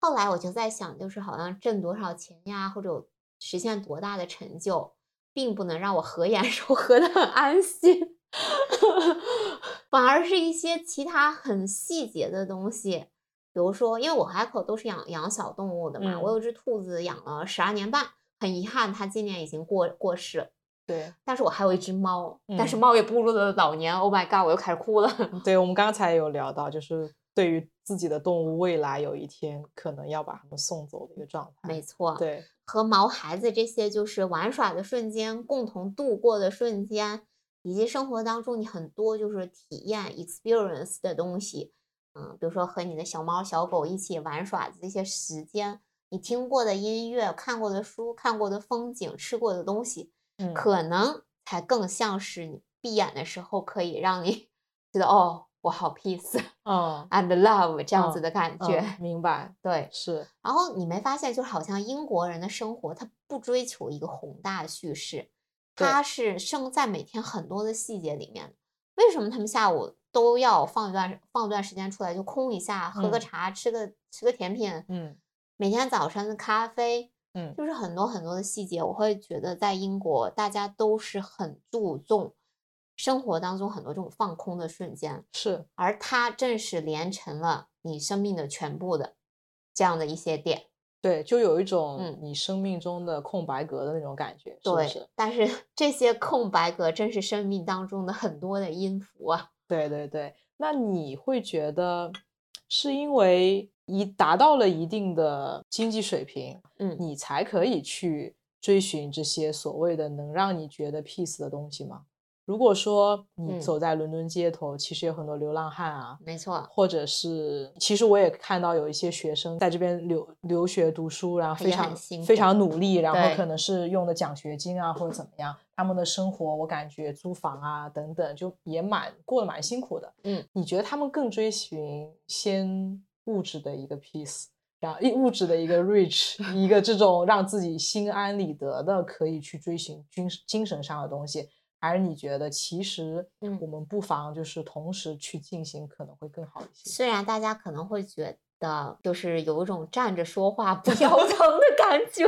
后来我就在想，就是好像挣多少钱呀，或者实现多大的成就，并不能让我合眼收合的很安心，反而是一些其他很细节的东西。比如说，因为我和 Echo 都是养小动物的嘛，我有只兔子养了12年半，很遗憾它今年已经过世了。 对， 但是我还有一只猫，但是猫也步入了老年。Oh my god， 我又开始哭了。 对，我们刚才有聊到，就是对于自己的动物未来有一天可能要把它们送走的一个状态。 没错， 对， 和毛孩子这些就是玩耍的瞬间，共同度过的瞬间，以及生活当中你很多就是体验 experience 的东西。比如说和你的小猫小狗一起玩耍的这些时间，你听过的音乐，看过的书，看过的风景，吃过的东西，可能才更像是你闭眼的时候可以让你觉得哦，我好 peace and love 这样子的感觉。 明白， 对， 是。 然后你没发现，就好像英国人的生活，他不追求一个宏大叙事，他是生在每天很多的细节里面。为什么他们下午都要放一段时间出来就空一下，喝个茶，吃个甜品，每天早上的咖啡，就是很多很多的细节。我会觉得在英国，大家都是很注重生活当中很多这种放空的瞬间， 是， 而它正是连成了你生命的全部的这样的一些点。 对，就有一种你生命中的空白格的那种感觉， 对， 是不是？ 但是这些空白格正是生命当中的很多的音符啊。 对对对，那你会觉得是因为达到了一定的经济水平，你才可以去追寻这些所谓的能让你觉得 peace 的东西吗？如果说你走在伦敦街头，其实有很多流浪汉啊， 没错， 或者是其实我也看到有一些学生在这边留学读书，然后非常努力，然后可能是用的奖学金啊或者怎么样，他们的生活我感觉租房啊等等就也过得蛮辛苦的。你觉得他们更追寻先物质的一个 peace， 然后物质的一个 rich， 一个这种让自己心安理得的可以去追寻精神上的东西，还是你觉得其实我们不妨就是同时去进行可能会更好一些？ 虽然大家可能会觉得就是有一种站着说话不腰疼的感觉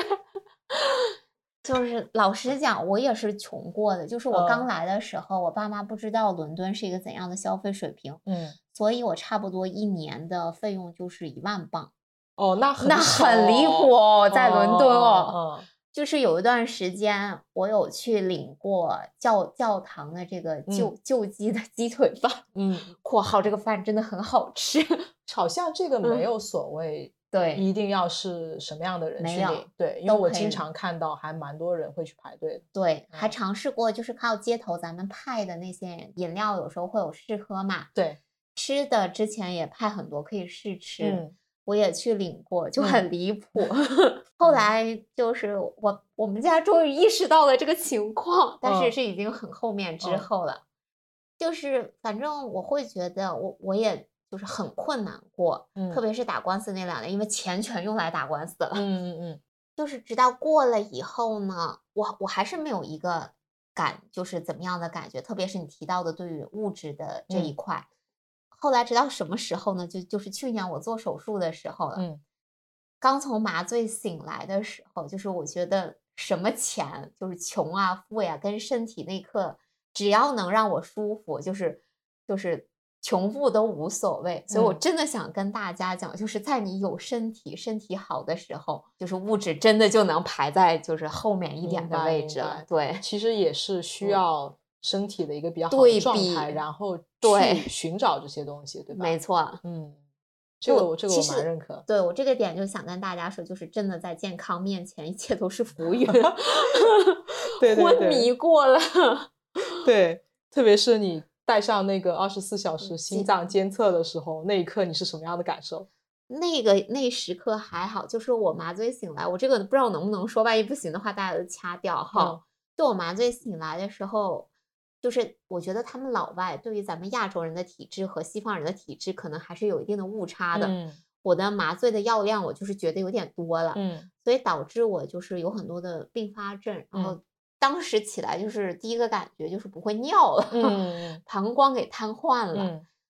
就是老实讲我也是穷过的，就是我刚来的时候我爸妈不知道伦敦是一个怎样的消费水平，所以我差不多1年的费用就是1万镑。 那很离谱哦，在伦敦哦。就是有一段时间我有去领过教堂的这个救济的鸡腿饭，括号这个饭真的很好吃。 好像这个没有所谓对， 一定要是什么样的人去领，对，因为我经常看到还蛮多人会去排队的。 对，还尝试过就是靠街头咱们派的那些饮料，有时候会有试喝嘛。 对， 吃的之前也派很多可以试吃。我也去领过，就很离谱。后来就是我们家终于意识到了这个情况，但是是已经很后面之后了。就是反正我会觉得我也就是很困难过，特别是打官司那2年，因为钱全用来打官司了。就是直到过了以后呢，我还是没有一个就是怎么样的感觉，特别是你提到的对于物质的这一块。后来直到什么时候呢？就是去年我做手术的时候了。刚从麻醉醒来的时候，就是我觉得什么钱，就是穷啊富呀，跟身体那刻，只要能让我舒服，就是穷富都无所谓。所以我真的想跟大家讲，就是在你有身体好的时候，就是物质真的就能排在就是后面一点的位置了。对， 其实也是需要身体的一个比较好的状态，然后去寻找这些东西，对吧？ 没错， 这个我蛮认可。 对，我这个点就想跟大家说，就是真的在健康面前，一切都是浮云。 对， 昏迷过了。 对，特别是你带上那个24小时心脏监测的时候，那一刻你是什么样的感受？ 那时刻还好，就是我麻醉醒来，我这个不知道能不能说，万一不行的话，大家都掐掉哈。就我麻醉醒来的时候，就是我觉得他们老外对于咱们亚洲人的体质和西方人的体质可能还是有一定的误差的。我的麻醉的药量我就是觉得有点多了，所以导致我就是有很多的并发症，然后当时起来就是第一个感觉就是不会尿了，膀胱给瘫痪了。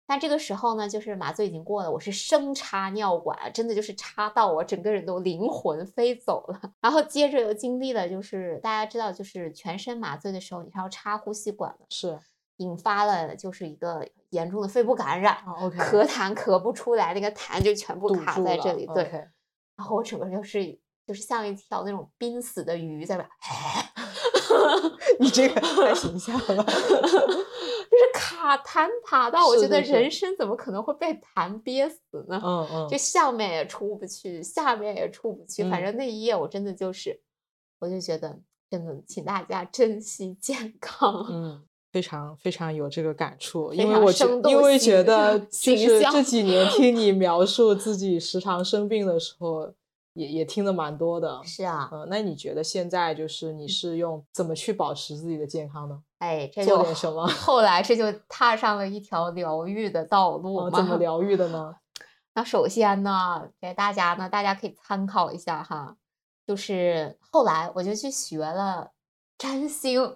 但这个时候呢，就是麻醉已经过了，我是生插尿管，真的就是插到我整个人都灵魂飞走了。然后接着又经历了，就是大家知道，就是全身麻醉的时候，你是要插呼吸管的， 是引发了就是一个严重的肺部感染， OK 咳痰咳不出来，那个痰就全部卡在这里，对。 OK 然后我整个就是像一条那种濒死的鱼在那你这个太形象了就是卡痰卡到，我觉得是人生怎么可能会被痰憋死呢？就上面也出不去，下面也出不去，反正那一夜我真的就是，我就觉得真的，请大家珍惜健康。 非常非常有这个感触， 非常生动因为觉得就是形象这几年听你描述自己时常生病的时候，也听得蛮多的。 是啊， 那你觉得现在就是你是用怎么去保持自己的健康呢？ 哎，这做就点什么？ 后来这就踏上了一条疗愈的道路嘛。 怎么疗愈的呢？ 那首先呢，给大家呢，大家可以参考一下哈，就是后来我就去学了占星。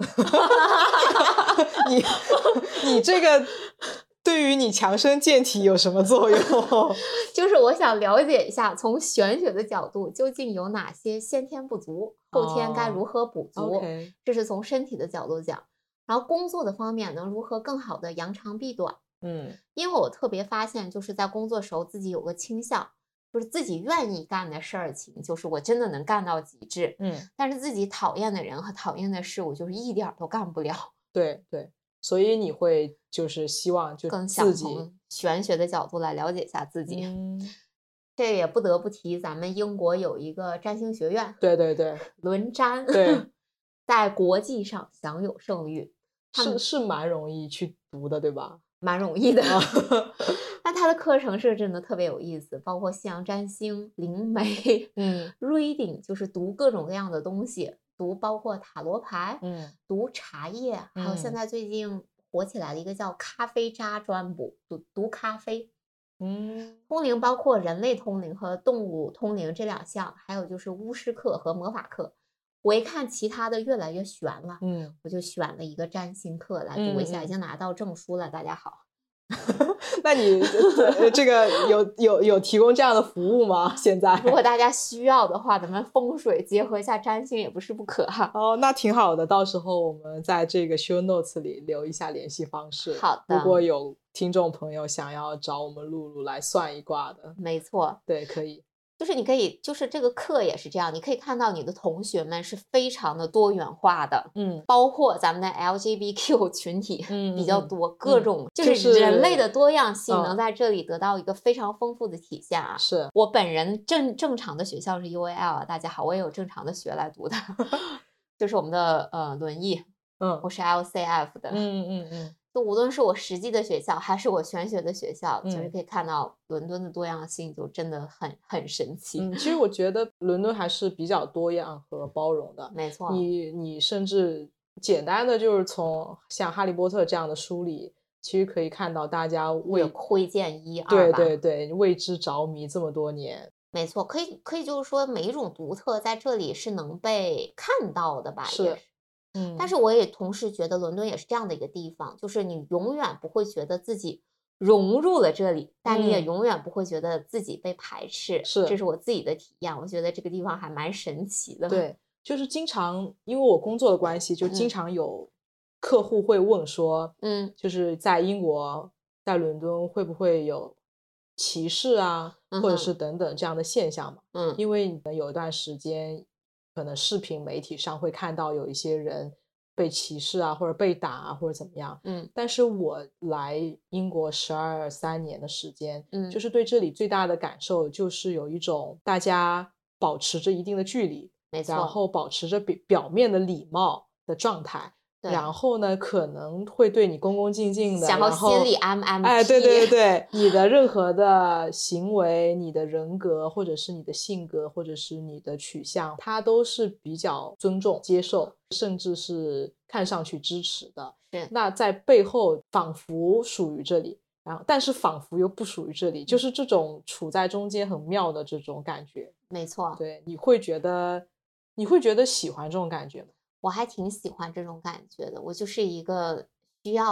你这个对于你强身健体有什么作用？ 就是我想了解一下，从玄学的角度，究竟有哪些先天不足，后天该如何补足？ OK 这是从身体的角度讲。然后工作的方面能如何更好的扬长避短？因为我特别发现，就是在工作时候自己有个倾向，就是自己愿意干的事情，就是我真的能干到极致。但是自己讨厌的人和讨厌的事，我就是一点都干不了。 对对，所以你会就是希望就更自己想从玄学的角度来了解一下自己。这也不得不提，咱们英国有一个占星学院， 对对对， 伦占， 对， 在国际上享有盛誉， 是蛮容易去读的，对吧？ 蛮容易的。那它的课程设置呢特别有意思，包括西洋占星、灵媒，reading 就是读各种各样的东西，读包括塔罗牌，读茶叶，还有现在最近火起来的一个叫咖啡渣专补，读咖啡。通灵包括人类通灵和动物通灵这两项，还有就是巫师课和魔法课。我一看其他的越来越悬了，我就选了一个占星课来读一下，已经拿到证书了。大家好。 那你这个有提供这样的服务吗？现在如果大家需要的话，咱们风水结合一下占星也不是不可哈。 那挺好的，到时候我们在这个 show notes 里留一下联系方式。 好的， 如果有听众朋友想要找我们露露来算一卦的， 没错， 对，可以。 就是你可以，就是这个课也是这样，你可以看到你的同学们是非常的多元化的，包括咱们的 LGBTQ 群体比较多，各种就是人类的多样性能在这里得到一个非常丰富的体现啊。 是我本人正常的学校是 UAL 啊，大家好，我也有正常的学来读的，就是我们的轮椅，我是 LCF 的，就无论是我实际的学校还是我玄学的学校，就是可以看到伦敦的多样性就真的很神奇。 其实我觉得伦敦还是比较多样和包容的。 没错， 你甚至简单的就是从像哈利波特这样的书里，其实可以看到大家为窥见一二， 对对对，为之着迷这么多年。 没错，可以就是说每一种独特在这里是能被看到的吧，也是。但是我也同时觉得伦敦也是这样的一个地方，就是你永远不会觉得自己融入了这里，但你也永远不会觉得自己被排斥。这是我自己的体验，我觉得这个地方还蛮神奇的。 对，就是经常因为我工作的关系，就经常有客户会问说，就是在英国，在伦敦会不会有歧视啊，或者是等等这样的现象嘛？因为你有一段时间。可能视频媒体上会看到有一些人被歧视啊，或者被打啊，或者怎么样。但是我来英国3年的时间，就是对这里最大的感受就是有一种大家保持着一定的距离， 没错， 然后保持着表面的礼貌的状态。然后呢，可能会对你恭恭敬敬的， 然后心里安哎，对对对，你的任何的行为、你的人格，或者是你的性格，或者是你的取向，他都是比较尊重、接受，甚至是看上去支持的。那在背后仿佛属于这里，然后但是仿佛又不属于这里，就是这种处在中间很妙的这种感觉。 没错， 对，你会觉得喜欢这种感觉吗？ 我还挺喜欢这种感觉的，我就是一个需要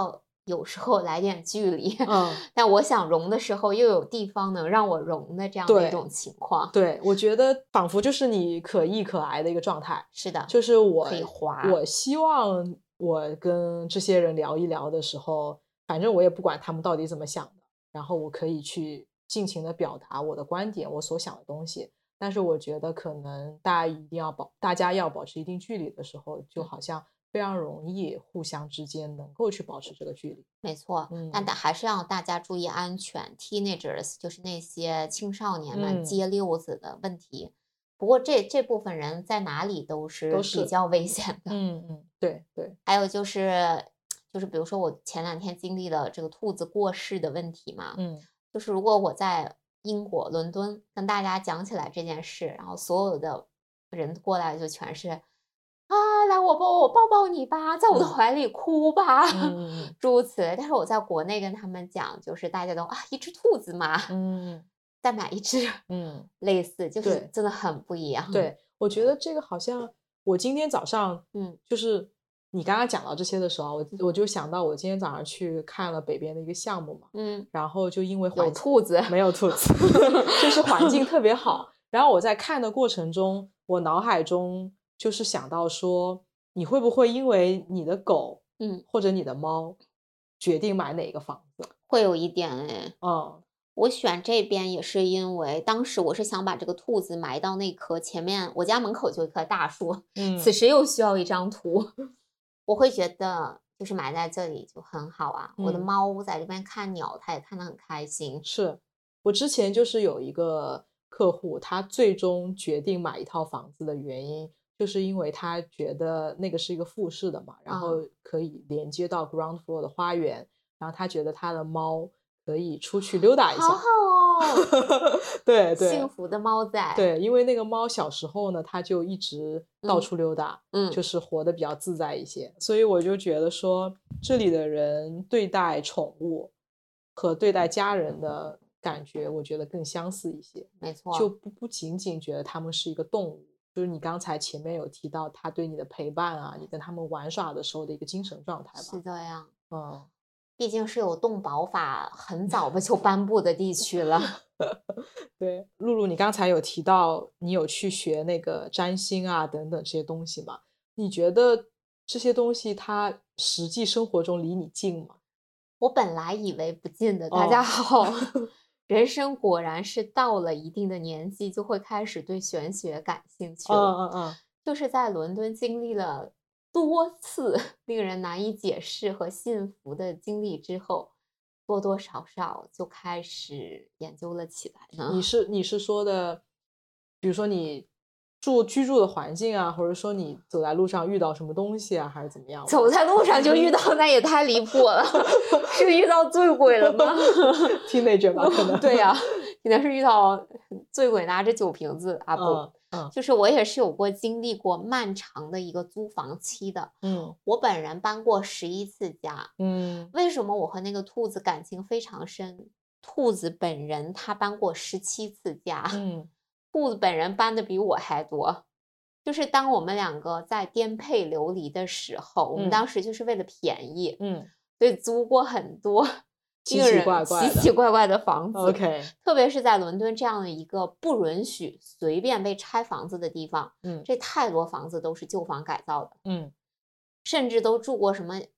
有时候来点距离，但我想融的时候又有地方能让我融的这样的一种情况。 对，我觉得仿佛就是你可易可挨的一个状态。 是的， 就是可以滑。 我希望我跟这些人聊一聊的时候，反正我也不管他们到底怎么想的，然后我可以去尽情的表达我的观点，我所想的东西。但是我觉得可能大家要保持一定距离的时候，就好像非常容易互相之间能够去保持这个距离。 没错，但还是要大家注意安全。Teenagers 就是那些青少年们街溜子的问题。不过这部分人在哪里都是比较危险的。 对对。 还有就是比如说我前2天经历了这个兔子过世的问题嘛，就是如果我在英国伦敦跟大家讲起来这件事，然后所有的人过来就全是来我抱抱你吧，在我的怀里哭吧，诸如此类。但是我在国内跟他们讲，就是大家都一只兔子嘛，再买一只，类似，就是真的很不一样。 对，我觉得这个好像我今天早上，就是你刚刚讲到这些的时候，我就想到我今天早上去看了北边的一个项目嘛， 然后就因为有兔子， 没有兔子，就是环境特别好。然后我在看的过程中，我脑海中就是想到说，你会不会因为你的狗，或者你的猫，决定买哪个房子？ 会有一点我选这边也是因为当时我是想把这个兔子埋到那棵前面我家门口就一棵大树，此时又需要一张图，我会觉得就是埋在这里就很好啊。我的猫在这边看鸟，它也看得很开心。 是我之前就是有一个客户，他最终决定买一套房子的原因，就是因为他觉得那个是一个复式的嘛，然后可以连接到 ground floor 的花园，然后他觉得他的猫可以出去溜达一下。 好好哦对， 幸福的猫仔。 对，因为那个猫小时候呢，它就一直到处溜达，就是活得比较自在一些。所以我就觉得说，这里的人对待宠物和对待家人的感觉，我觉得更相似一些。 没错， 就不仅仅觉得他们是一个动物，就是你刚才前面有提到他对你的陪伴啊，你跟他们玩耍的时候的一个精神状态吧。 是这样。毕竟是有动保法很早就颁布的地区了。 对，露露，你刚才有提到你有去学那个占星啊等等这些东西吗？你觉得这些东西它实际生活中离你近吗？ 我本来以为不近的。大家好。人生果然是到了一定的年纪就会开始对玄学感兴趣了。就是在伦敦经历了多次令人难以解释和信服的经历之后，多多少少就开始研究了起来呢。 你是说的，比如说你居住的环境啊，或者说你走在路上遇到什么东西啊，还是怎么样？ 走在路上就遇到，那也太离谱了。是遇到醉鬼了吗？ Teenager 吧，可能。 对呀，可能是遇到醉鬼拿着酒瓶子啊，不。就是我也是有过经历过漫长的一个租房期的。我本人搬过11次家。为什么我和那个兔子感情非常深？兔子本人他搬过17次家。兔子本人搬的比我还多。就是当我们2个在颠沛流离的时候，我们当时就是为了便宜，所以租过很多奇奇怪怪的房子。 OK， 特别是在伦敦这样的一个不允许随便被拆房子的地方，这太多房子都是旧房改造的，甚至都住过什么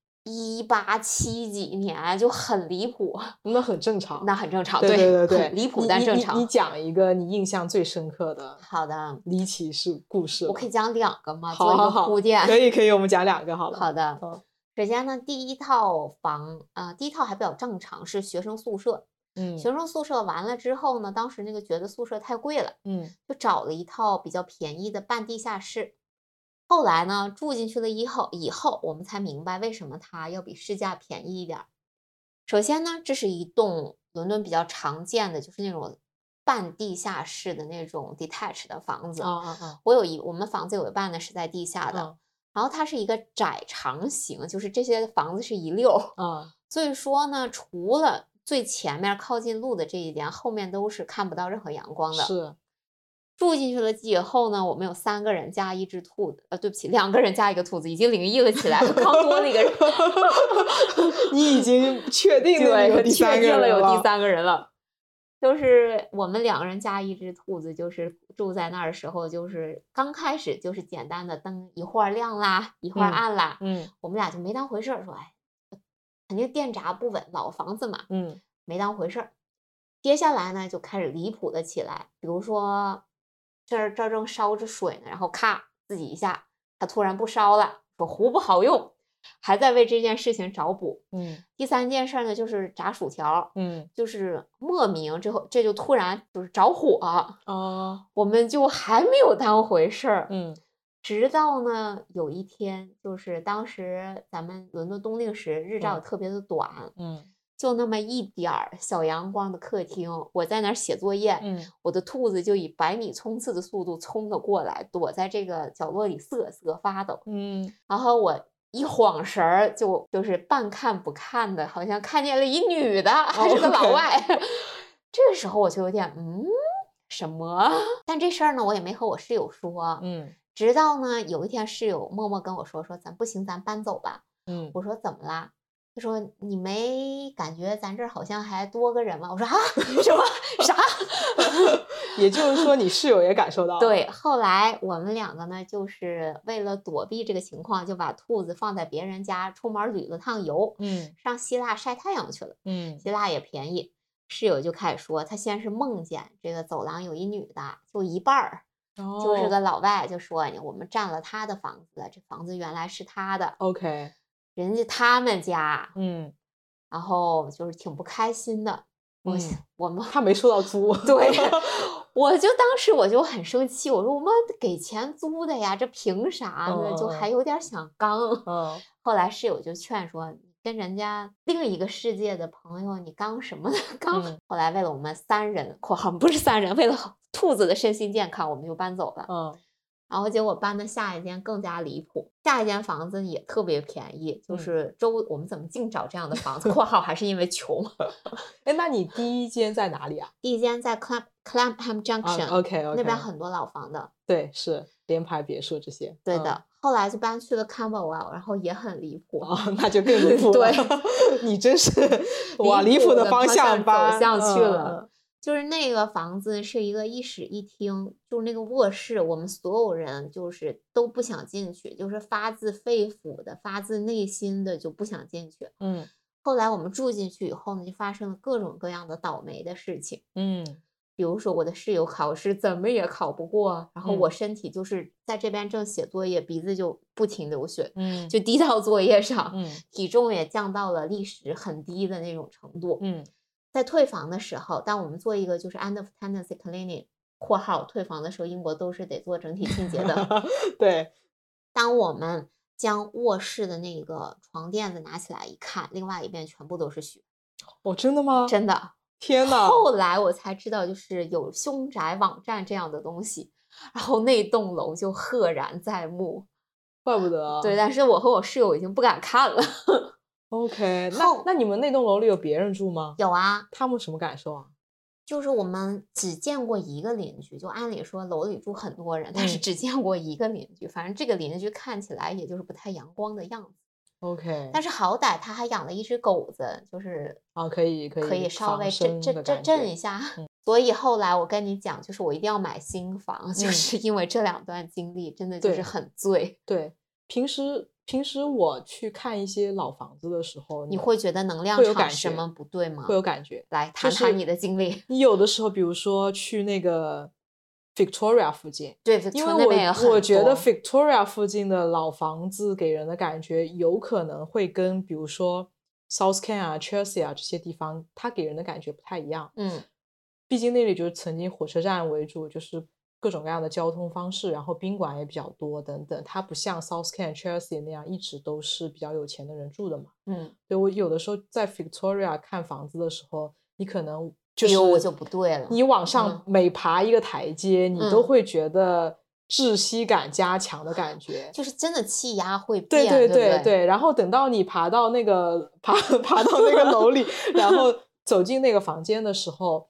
187几年，就很离谱。 那很正常， 那很正常， 对， 很离谱但正常。 你讲一个你印象最深刻的好的离奇故事。 我可以讲2个吗？做一个铺垫。 可以，我们讲2个好了。 好的。首先呢，第一套房第一套还比较正常，是学生宿舍。学生宿舍完了之后呢，当时那个觉得宿舍太贵了，就找了一套比较便宜的半地下室。后来呢，住进去了以后，我们才明白为什么它要比市价便宜一点。首先呢，这是一栋伦敦比较常见的，就是那种半地下室的那种 detached 的房子。我们房子有一半呢是在地下的。然后它是一个窄长型，就是这些房子是一溜。所以说呢，除了最前面靠近路的这一点，后面都是看不到任何阳光的。 是， 住进去了以后呢，我们有3个人加1只兔子，对不起，2个人加1个兔子，已经灵异了起来了。刚多那个人， 你已经确定了有第3个人了， 有第3个人了。就是我们2个人加1只兔子，就是住在那儿的时候，就是刚开始就是简单的灯一会儿亮啦，一会儿暗啦，我们俩就没当回事儿，说哎，肯定电闸不稳，老房子嘛，没当回事儿。接下来呢，就开始离谱的起来，比如说这儿正烧着水呢，然后咔自己一下，它突然不烧了，说壶不好用。还在为这件事情找补。第3件事呢，就是炸薯条。就是莫名这就突然就是着火。我们就还没有当回事儿。直到呢有一天，就是当时咱们伦敦冬令时日照特别的短。就那么一点儿小阳光的客厅，我在那儿写作业，我的兔子就以100米冲刺的速度冲了过来，躲在这个角落里瑟瑟发抖。然后我一晃神儿，就是半看不看的，好像看见了一女的，还是个老外。这个时候我就有点什么？但这事儿呢，我也没和我室友说。直到呢有一天，室友默默跟我说咱不行，咱搬走吧。我说怎么啦？他说你没感觉咱这儿好像还多个人吗？我说啊，什么啥？ 也就是说你室友也感受到了。 对，后来我们2个呢，就是为了躲避这个情况，就把兔子放在别人家，出门旅了趟游。上希腊晒太阳去了。希腊也便宜。室友就开始说，他先是梦见这个走廊有一女的，就一半儿。就是个老外，就说我们占了他的房子，这房子原来是他的。 OK。 人家他们家，然后就是挺不开心的。我们他没收到租。 对，当时我就很生气，我说我们给钱租的呀，这凭啥呢？就还有点想刚。后来室友就劝说，跟人家另一个世界的朋友，你刚什么呢？刚。后来为了我们3人（括号不是3人），为了兔子的身心健康，我们就搬走了。然后结果搬的下一间更加离谱，下一间房子也特别便宜，就是我们怎么净找这样的房子？（括号还是因为穷）。 那你第1间在哪里啊？ 第1间在 Clapham Junction。OK， 那边很多老房的。 对，是联排别墅这些。 对的。后来就搬去了 Camberwell， 然后也很离谱。 那就更离谱了。 对， 你真是往离谱的方向走向去了。就是那个房子是一个1室1厅，就是那个卧室，我们所有人就是都不想进去，就是发自肺腑的、发自内心的就不想进去。后来我们住进去以后呢，就发生了各种各样的倒霉的事情。比如说我的室友考试怎么也考不过，然后我身体就是在这边正写作业，鼻子就不停流血，就滴到作业上，体重也降到了历史很低的那种程度。在退房的时候，当我们做一个就是 end of tenancy cleaning（括号退房的时候，英国都是得做整体清洁的）。 对。 当我们将卧室的那个床垫子拿起来一看，另外一边全部都是血。 真的吗？ 真的。 天哪！ 后来我才知道，就是有凶宅网站这样的东西，然后那栋楼就赫然在目。 怪不得。 对，但是我和我室友已经不敢看了。 OK， 那你们那栋楼里有别人住吗？ 有啊。 他们什么感受啊？ 就是我们只见过一个邻居，就按理说楼里住很多人，但是只见过一个邻居。反正这个邻居看起来也就是不太阳光的样子。 OK， 但是好歹他还养了一只狗子，就是可以稍微震一下。所以后来我跟你讲，就是我一定要买新房，就是因为这2段经历真的就是很醉。 对，平时我去看一些老房子的时候， 你会觉得能量场什么不对吗？ 会有感觉。 来谈谈你的经历。 你有的时候，比如说去那个 Victoria 附近， 对， 因为我觉得 Victoria 附近的老房子给人的感觉有可能会跟比如说 South Kent 啊、Chelsea 啊这些地方，它给人的感觉不太一样。毕竟那里就是曾经火车站为主，就是各种各样的交通方式，然后宾馆也比较多等等，它不像 South Kent、Chelsea 那样一直都是比较有钱的人住的嘛。对，我有的时候在 Victoria 看房子的时候，你可能就不对了。 你往上每爬一个台阶，你都会觉得窒息感加强的感觉， 就是真的气压会变。 对。然后等到你爬到那个楼里，然后走进那个房间的时候，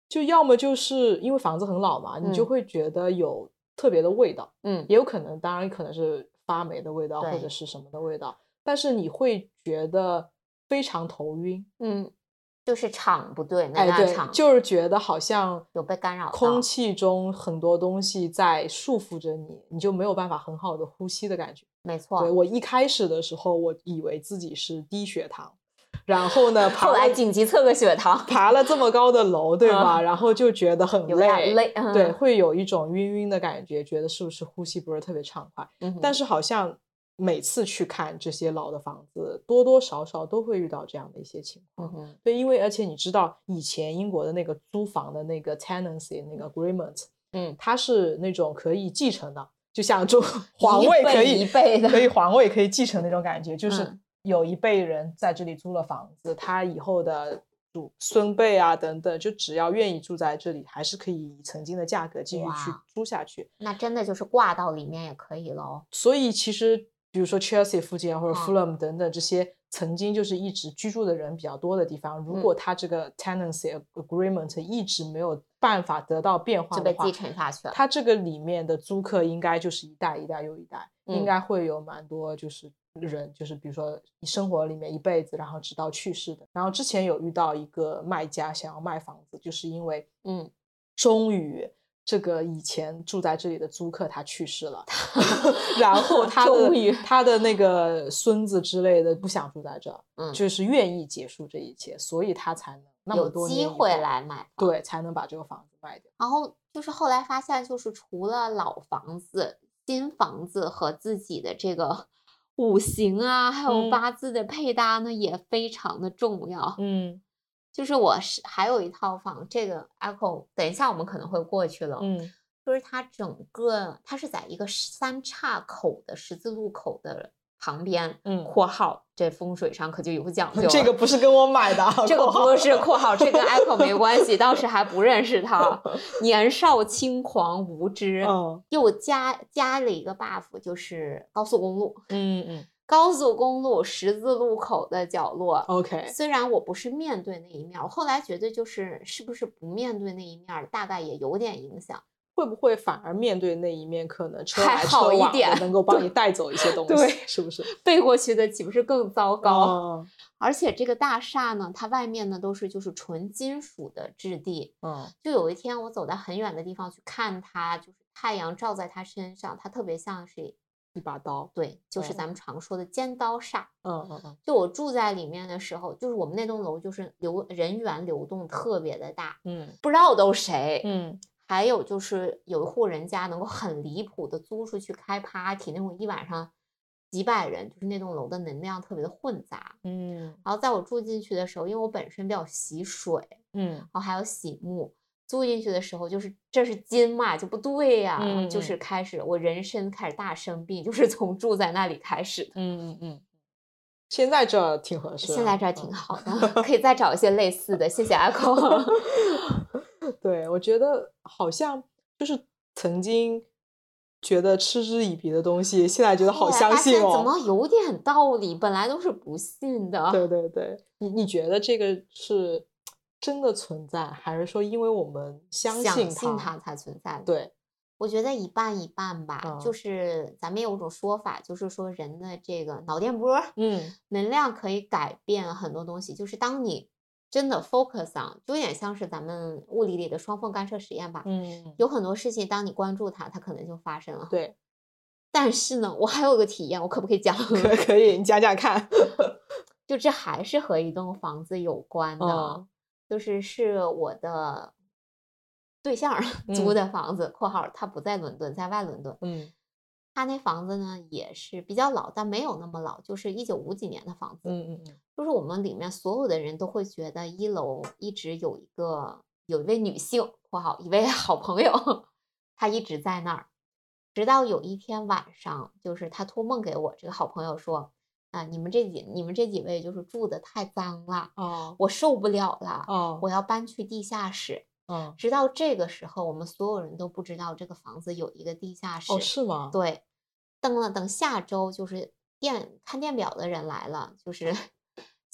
就要么就是因为房子很老嘛，你就会觉得有特别的味道，也有可能，当然可能是发霉的味道或者是什么的味道，但是你会觉得非常头晕， 就是场不对， 哎，对，就是觉得好像有被干扰到， 空气中很多东西在束缚着你，你就没有办法很好的呼吸的感觉。 没错， 对，我一开始的时候，我以为自己是低血糖，然后呢， 后来紧急测个血糖， 爬了这么高的楼，对吧？然后就觉得很累，对，会有一种晕晕的感觉，觉得是不是呼吸不是特别畅快。但是好像每次去看这些老的房子，多多少少都会遇到这样的一些情况。对，因为而且你知道，以前英国的那个租房的那个 tenancy 那个 agreement，它是那种可以继承的，就像就皇位可以皇位可以继承那种感觉，就是有一辈人在这里租了房子，他以后的孙辈啊等等，就只要愿意住在这里，还是可以以曾经的价格继续去租下去。 那真的就是挂到里面也可以咯。 所以其实比如说 Chelsea 附近或者 Fulham 等等这些曾经就是一直居住的人比较多的地方，如果他这个 tenancy agreement 一直没有办法得到变化的话， 就被继承下去了。 他这个里面的租客应该就是一代一代又一代，应该会有蛮多就是人，就是比如说生活里面一辈子，然后直到去世的。然后之前有遇到一个卖家想要卖房子，就是因为终于这个以前住在这里的租客他去世了，然后他的那个孙子之类的不想住在这，就是愿意结束这一切，所以他才能那么多年有机会来买， 对，才能把这个房子卖掉。 然后就是后来发现，就是除了老房子、新房子和自己的这个五行啊，还有八字的配搭呢，也非常的重要。就是我还有一套房，这个 Echo 等一下我们可能会过去了。就是它它是在一个三岔口的十字路口的旁边，括号这风水上可就有讲究了。 这个不是跟我买的， 这个不是括号，这跟 Echo 没关系，当时还不认识他，年少轻狂无知，又加了一个 buff， 就是高速公路。高速公路十字路口的角落 ，OK。 虽然我不是面对那一面，我后来觉得是不是不面对那一面，大概也有点影响。 会不会反而面对那一面，可能车来车往的能够帮你带走一些东西？对，是不是？ 背过去的岂不是更糟糕？而且这个大厦呢，它外面呢都是就是纯金属的质地。就有一天我走到很远的地方去看它，就是太阳照在它身上，它特别像是一把刀， 对，就是咱们常说的尖刀煞。就我住在里面的时候，就是我们那栋楼就是人员流动特别的大，不知道都谁，还有就是有一户人家能够很离谱的租出去开 party， 那种一晚上几百人，就是那栋楼的能量特别的混杂。然后在我住进去的时候，因为我本身比较喜水，然后还有喜木。租进去的时候，就是这是金嘛，就不对呀，就是开始我人生开始大生病，就是从住在那里开始的。 现在这挺合适， 现在这挺好的，可以再找一些类似的。谢谢Echo。 对，我觉得好像就是曾经觉得嗤之以鼻的东西，现在觉得好相信哦， 怎么有点道理？本来都是不信的。 对对对，你觉得这个是真的存在，还是说因为我们相信它才存在？ 对， 我觉得一半一半吧。就是咱们有种说法，就是说人的这个脑电波，能量可以改变很多东西。就是当你真的 focus on， 就有点像是咱们物理里的双缝干涉实验吧。有很多事情，当你关注它，它可能就发生了。 对。 但是呢，我还有个体验，我可不可以讲？ 可以，你讲讲看。 就这还是和一栋房子有关的。是我的对象租的房子，括号他不在伦敦，在外伦敦。他那房子呢也是比较老，但没有那么老，就是1950几年的房子。就是我们里面所有的人都会觉得1楼一直有一位女性，括号一位好朋友，她一直在那儿。直到有一天晚上，就是他托梦给我这个好朋友说，你们这几位就是住的太脏了，我受不了了，我要搬去地下室。直到这个时候，我们所有人都不知道这个房子有一个地下室。 是吗？ 对，等下周就是看电表的人来了，就是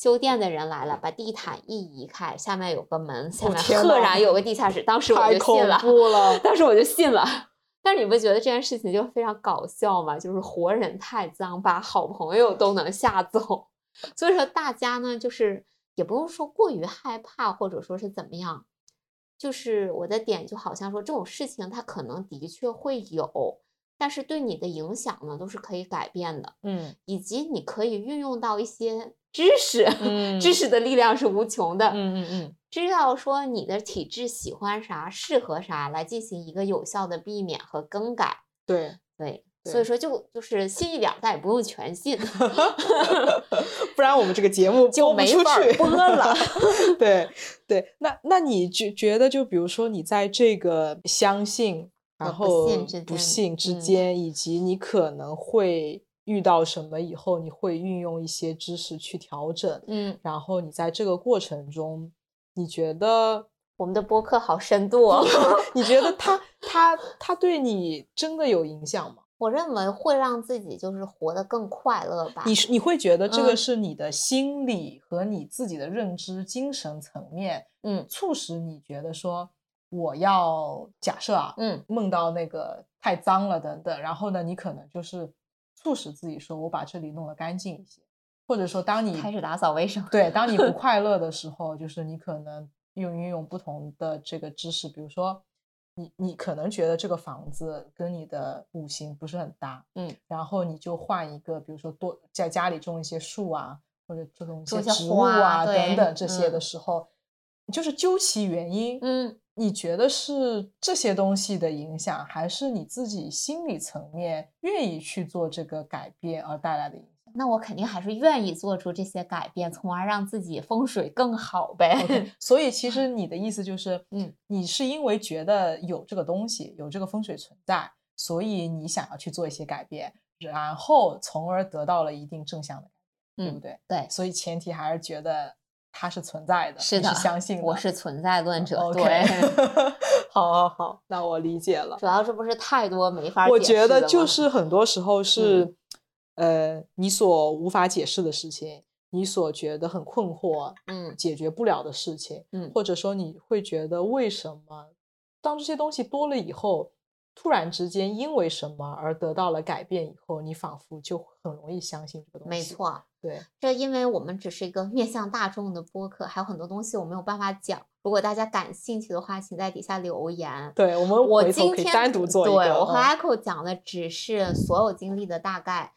修电的人来了，把地毯一移开，下面有个门，下面赫然有个地下室。当时我就信了， 太恐怖了。 当时我就信了。但是你不觉得这件事情就非常搞笑吗？就是活人太脏，把好朋友都能吓走。所以说大家呢，就是也不用说过于害怕，或者说是怎么样。就是我的点就好像说这种事情它可能的确会有，但是对你的影响呢都是可以改变的。以及你可以运用到一些知识，知识的力量是无穷的。知道说你的体质喜欢啥，适合啥，来进行一个有效的避免和更改。 对， 所以说就是信一点，但也不用全信， 不然我们这个节目就没法播了。 对，那你觉得就比如说你在这个相信然后不信之间，以及你可能会遇到什么以后，你会运用一些知识去调整。然后你在这个过程中，你觉得我们的播客好深度哦。 你觉得它对你真的有影响吗？ 我认为会让自己就是活得更快乐吧。 你会觉得这个是你的心理和你自己的认知、精神层面，促使你觉得说我要假设啊，梦到那个太脏了等等，然后呢，你可能就是促使自己说我把这里弄得干净一些，或者说当你开始打扫卫生， 对，当你不快乐的时候，就是你可能运用不同的这个知识，比如说。你可能觉得这个房子跟你的五行不是很搭，然后你就换一个，比如说多在家里种一些树啊，或者种一些植物啊等等这些的时候，就是究其原因，你觉得是这些东西的影响，还是你自己心理层面愿意去做这个改变而带来的影响？ 那我肯定还是愿意做出这些改变，从而让自己风水更好呗。 所以其实你的意思就是，你是因为觉得有这个东西，有这个风水存在，所以你想要去做一些改变，然后从而得到了一定正向的改变，对不对？ 对， 所以前提还是觉得它是存在的， 是的， 你是相信的。 我是存在论者。 对，好，那我理解了。 主要是不是太多没法解释的吗？ 我觉得就是很多时候是。你所无法解释的事情，你所觉得很困惑，解决不了的事情，或者说你会觉得为什么当这些东西多了以后，突然之间因为什么而得到了改变以后，你仿佛就很容易相信这个东西。 没错， 对， 这因为我们只是一个面向大众的播客，还有很多东西我没有办法讲。如果大家感兴趣的话，请在底下留言。 对，我今天可以单独做一个。 对，我和 Echo 讲的只是所有经历的大概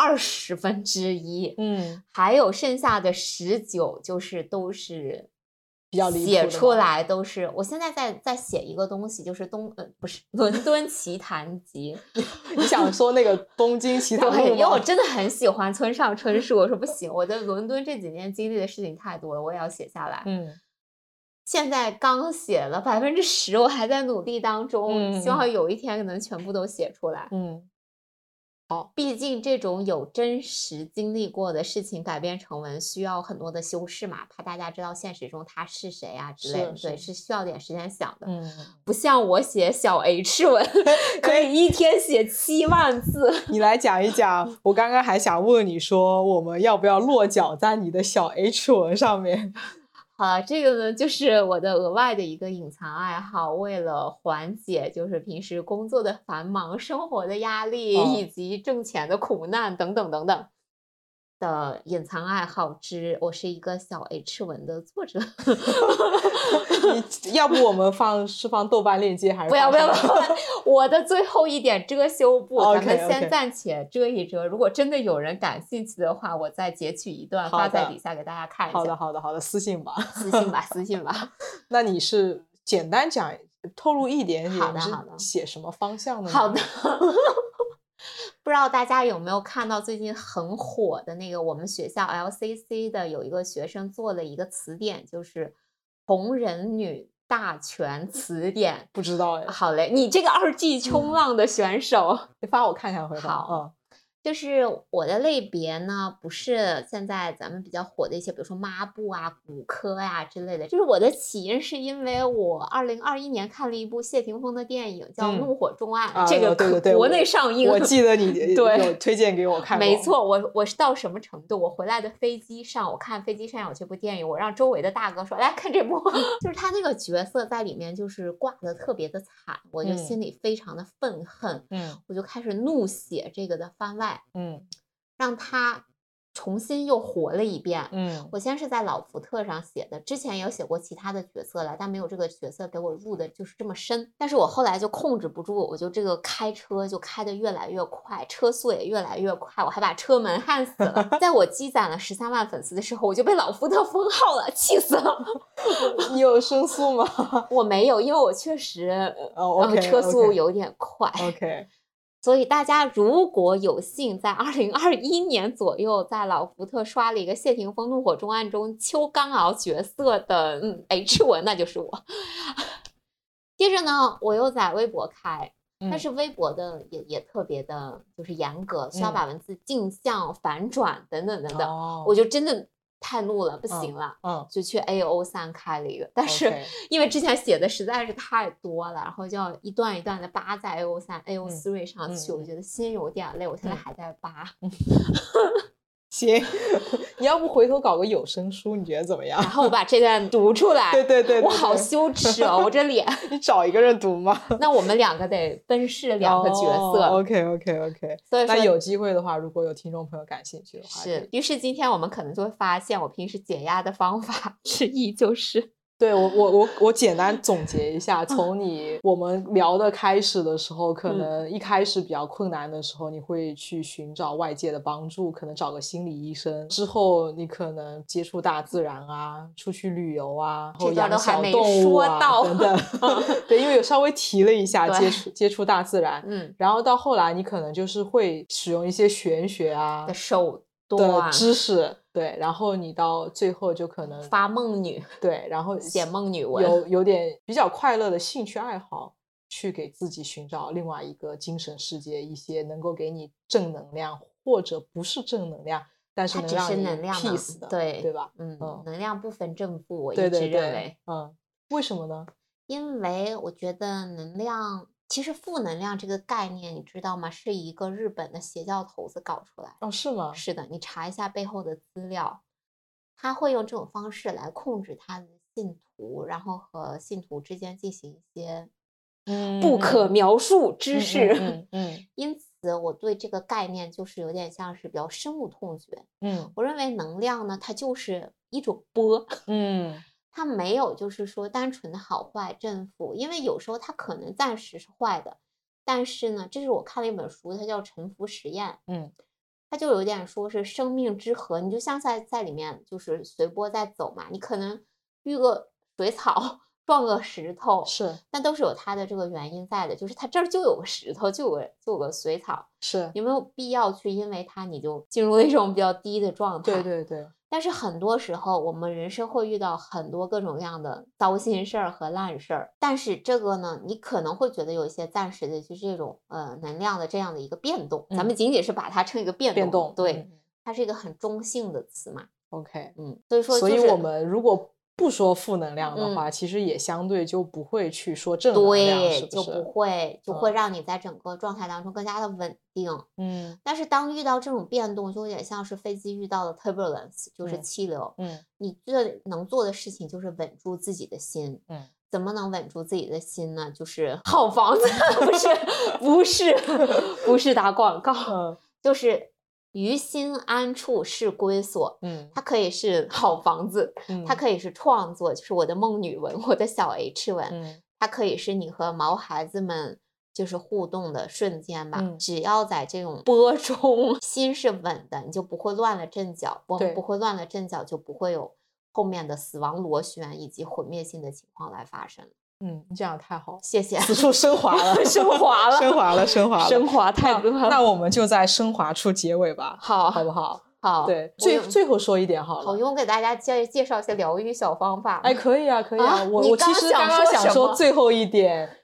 1/20，还有剩下的19就是都是比较离谱的写出来都是。我现在在写一个东西，就是不是伦敦奇谈集。 你想说那个东京奇谈录吗？ 因为我真的很喜欢村上春树，我说不行，我在伦敦这几年经历的事情太多了，我也要写下来。现在刚写了10%，我还在努力当中，希望有一天能全部都写出来。好，毕竟这种有真实经历过的事情改编成文，需要很多的修饰嘛，怕大家知道现实中他是谁啊之类的。对，是需要点时间想的。不像我写小 H 文，可以一天写7万字。 你来讲一讲，我刚刚还想问你说，我们要不要落脚在你的小 H 文上面？ 好，这个呢就是我的额外的一个隐藏爱好，为了缓解就是平时工作的繁忙、生活的压力，以及挣钱的苦难等等等等的隐藏爱好之，我是一个小 H 文的作者。 要不我们放豆瓣链接还是不要我的最后一点遮羞布，咱们先暂且遮一遮。如果真的有人感兴趣的话，我再截取一段发在底下给大家看一下。 好的，私信吧。 私信吧。 那你是简单讲透露一点点， 好的， 写什么方向的？ 好的。不知道大家有没有看到最近很火的那个我们学校 LCC 的有一个学生做了一个词典，就是同人女大全词典。 不知道哎。 好嘞，你这个2G 冲浪的选手， 你发我看看回头。 好， 就是我的类别呢，不是现在咱们比较火的一些，比如说抹布啊、骨科呀之类的。就是我的起因是因为我2021年看了一部谢霆锋的电影，叫《怒火中案》，这个国内上映。 我记得你有推荐给我看过。 没错，我是到什么程度？我回来的飞机上，我看飞机上有这部电影，我让周围的大哥说来看这部，就是他那个角色在里面就是挂的特别的惨，我就心里非常的愤恨，我就开始怒写这个的番外。让他重新又活了一遍。我先是在老福特上写的，之前也有写过其他的角色了，但没有这个角色给我入的就是这么深。但是我后来就控制不住，我就这个开车就开得越来越快，车速也越来越快，我还把车门焊死了。在我积攒了13万粉丝的时候，我就被老福特封号了，气死了。 你有申诉吗？ 我没有，因为我确实车速有点快。 OK。 所以大家如果有幸在2021年左右在老福特刷了一个谢霆锋《怒火中案》中邱刚敖角色的H 文，那就是我。接着呢，我又在微博开，但是微博的也特别的就是严格，需要把文字镜像、反转等等等等，我就真的太怒了，不行了，就去 AO3 开了一个，但是因为之前写的实在是太多了，然后就要一段一段的扒在 AO3、AO3 上去，我觉得心有点累，我现在还在扒。 行，你要不回头搞个有声书，你觉得怎么样？ 然后我把这段读出来。 对， 我好羞耻哦，我这脸。 你找一个人读吗？ 那我们两个得分饰两个角色。 OK。 所以那有机会的话，如果有听众朋友感兴趣的话， 于是今天我们可能就会发现，我平时解压的方法之一就是。 对，我简单总结一下，从我们聊的开始的时候，可能一开始比较困难的时候，你会去寻找外界的帮助，可能找个心理医生。之后你可能接触大自然啊，出去旅游啊，然后养小动物啊等等。对，因为有稍微提了一下接触大自然，然后到后来你可能就是会使用一些玄学啊的手的知识。对，然后你到最后就可能发梦女， 对，然后写梦女文， 有点比较快乐的兴趣爱好，去给自己寻找另外一个精神世界，一些能够给你正能量，或者不是正能量，但是能让你 peace 的，对吧？ 能量不分正负，我一直认为， 为什么呢？ 因为我觉得能量。其实负能量这个概念你知道吗？是一个日本的邪教头子搞出来。 是吗？ 是的，你查一下背后的资料，他会用这种方式来控制他的信徒，然后和信徒之间进行一些不可描述之事。因此我对这个概念就是有点像是比较深恶痛绝。我认为能量呢，它就是一种波。它没有就是说单纯的好坏正负，因为有时候它可能暂时是坏的，但是呢，这是我看了一本书，它叫沉浮实验。它就有点说是生命之河，你就像在里面就是随波在走嘛，你可能遇个水草撞个石头，但都是有它的这个原因在的，就是它这儿就有个石头，就有个水草，有没有必要去因为它你就进入了一种比较低的状态？ 对。 但是很多时候我们人生会遇到很多各种各样的糟心事儿和烂事儿，但是这个呢，你可能会觉得有一些暂时的就是这种能量的这样的一个变动，咱们仅仅是把它称一个变动，对，它是一个很中性的词嘛。 OK， 所以我们如果不说负能量的话，其实也相对就不会去说正能量， 对，就会让你在整个状态当中更加的稳定。但是当遇到这种变动，就有点像是飞机遇到的 turbulence， 就是气流。你最能做的事情就是稳住自己的心。怎么能稳住自己的心呢？就是好房子，不是打广告，就是于心安处是归所。它可以是好房子，它可以是创作，就是我的梦女文，我的小 H 文，它可以是你和毛孩子们就是互动的瞬间吧。只要在这种波中心是稳的，你就不会乱了阵脚，我们不会乱了阵脚，就不会有后面的死亡螺旋以及毁灭性的情况来发生。 你讲的太好， 谢谢。 此处升华了， 升华太多了。 那我们就在升华处结尾吧，好不好？ 好， 对，最后说一点好了。 好，用给大家介绍一些疗愈小方法。 可以啊。我其实刚刚想说最后一点，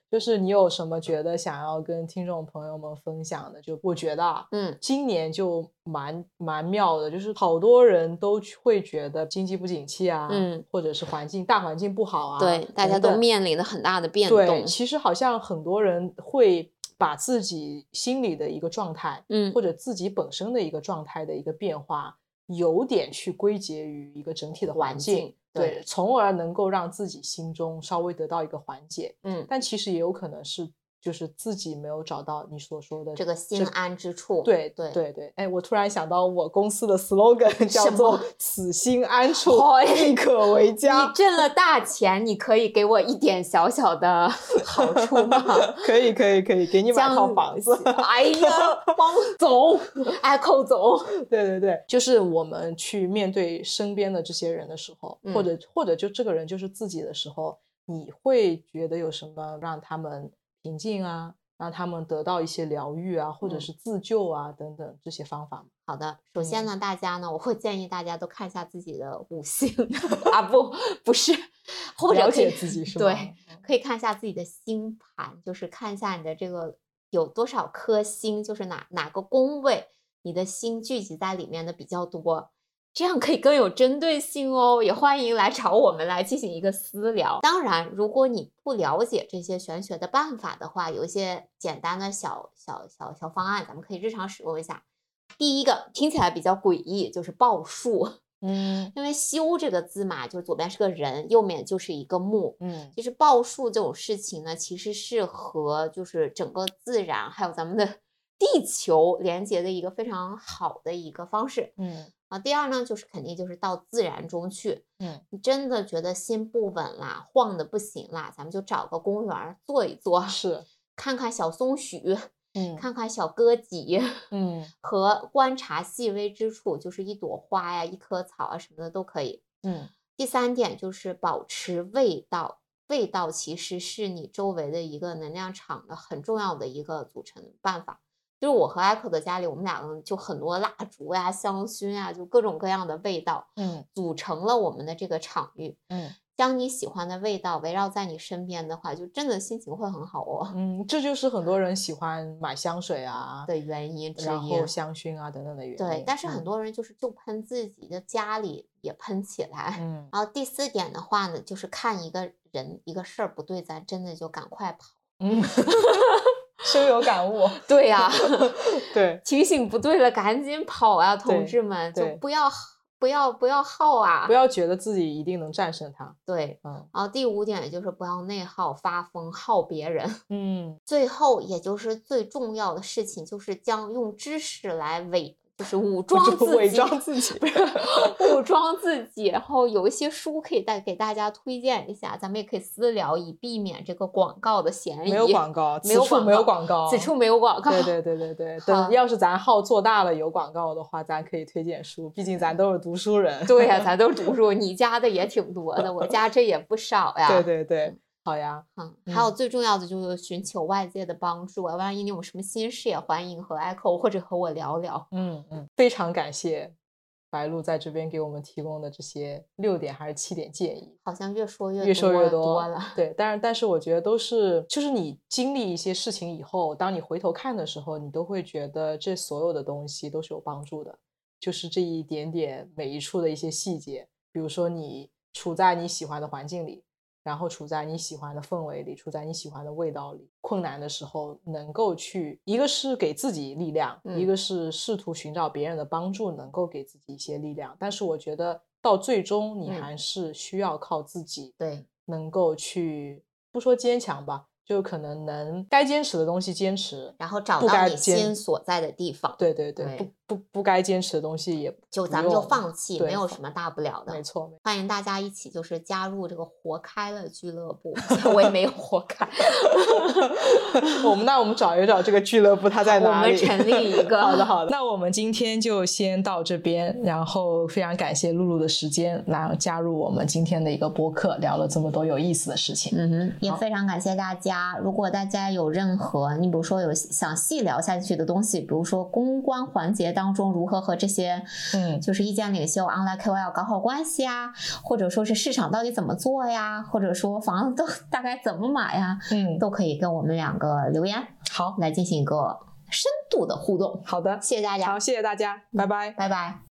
就是你有什么觉得想要跟听众朋友们分享的？就我觉得啊，今年就蛮妙的，就是好多人都会觉得经济不景气啊，或者是大环境不好啊， 对，大家都面临了很大的变动。 对，其实好像很多人会把自己心里的一个状态，或者自己本身的一个状态的一个变化，有点去归结于一个整体的环境，对，从而能够让自己心中稍微得到一个缓解。但其实也有可能是就是自己没有找到你所说的这个心安之处。 对对对对，哎，我突然想到我公司的 slogan 叫做此心安处亦可为家。 你挣了大钱，你可以给我一点小小的好处吗？ 可以可以可以，给你买套房子。 哎呀，汪总，Echo 总。 对对对，就是我们去面对身边的这些人的时候，或者就这个人就是自己的时候，你会觉得有什么让他们平静啊，让他们得到一些疗愈啊，或者是自救啊等等这些方法吗？ 好的，首先呢，大家呢，我会建议大家都看一下自己的五行啊，不是，或者了解自己是吗？ 对，可以看一下自己的星盘，就是看一下你的这个有多少颗星，就是哪个宫位你的星聚集在里面的比较多。这样可以更有针对性哦，也欢迎来找我们来进行一个私聊。当然，如果你不了解这些玄学的办法的话，有一些简单的小方案，咱们可以日常使用一下。第一个听起来比较诡异，就是报数。因为修这个字嘛，就是左边是个人，右面就是一个木。其实报数这种事情呢，其实是和就是整个自然还有咱们的地球连接的一个非常好的一个方式。第二呢，就是肯定就是到自然中去。你真的觉得心不稳啦，晃的不行啦，咱们就找个公园坐一坐， 是看看小松鼠，看看小鸽脊，和观察细微之处，就是一朵花呀、一棵草啊什么的都可以。第三点就是保持味道，味道其实是你周围的一个能量场的很重要的一个组成办法。就是我和 Echo 的家里，我们两个就很多蜡烛呀、香薰呀，就各种各样的味道，组成了我们的这个场域。将你喜欢的味道围绕在你身边的话，就真的心情会很好哦。 这就是很多人喜欢买香水啊的原因之一， 然后香薰啊等等的原因。 对，但是很多人就喷自己的家里也喷起来。然后第四点的话呢，就是看一个人一个事儿不对，咱真的就赶快跑。 深有感悟。 对呀， 对， 情形不对了，赶紧跑啊，同志们，就不要耗啊， 不要觉得自己一定能战胜它。 对，然后第五点就是不要内耗发疯耗别人。最后也就是最重要的事情，就是将用知识来就是武装自己， 伪装自己， 武装自己。然后有一些书可以给大家推荐一下，咱们也可以私聊，以避免这个广告的嫌疑。 没有广告，此处没有广告， 此处没有广告。 对。等要是咱号做大了有广告的话，咱可以推荐书，毕竟咱都是读书人。 对呀，咱都读书，你家的也挺多的，我家这也不少呀。 对。好呀， 还有最重要的就是寻求外界的帮助，万一你有什么心事也欢迎和 Echo 或者和我聊聊。 非常感谢白鹿在这边给我们提供的这些6点还是7点建议， 好像越说越多了。 对，但是我觉得都是就是你经历一些事情以后，当你回头看的时候，你都会觉得这所有的东西都是有帮助的，就是这一点点每一处的一些细节，比如说你处在你喜欢的环境里，然后处在你喜欢的氛围里，处在你喜欢的味道里，困难的时候能够去，一个是给自己力量，一个是试图寻找别人的帮助，能够给自己一些力量。但是我觉得到最终你还是需要靠自己， 对， 能够去不说坚强吧，就可能能该坚持的东西坚持， 然后找到你心所在的地方。 对，不该坚持的东西也咱们就放弃，没有什么大不了的。 没错， 欢迎大家一起就是加入这个活开了俱乐部。我也没有活开。 我们找一找这个俱乐部它在哪里， 我们成立一个。 好的，那我们今天就先到这边，然后非常感谢露露的时间来加入我们今天的一个播客，聊了这么多有意思的事情。 也非常感谢大家。如果大家有任何你比如说有想细聊下去的东西，比如说公关环节当中如何和这些就是意见领袖 online KOL 搞好关系啊，或者说是市场到底怎么做呀，或者说房子都大概怎么买呀，都可以跟我们两个留言， 好， 来进行一个深度的互动。 好的， 谢谢大家。 好，谢谢大家，拜拜， 拜拜。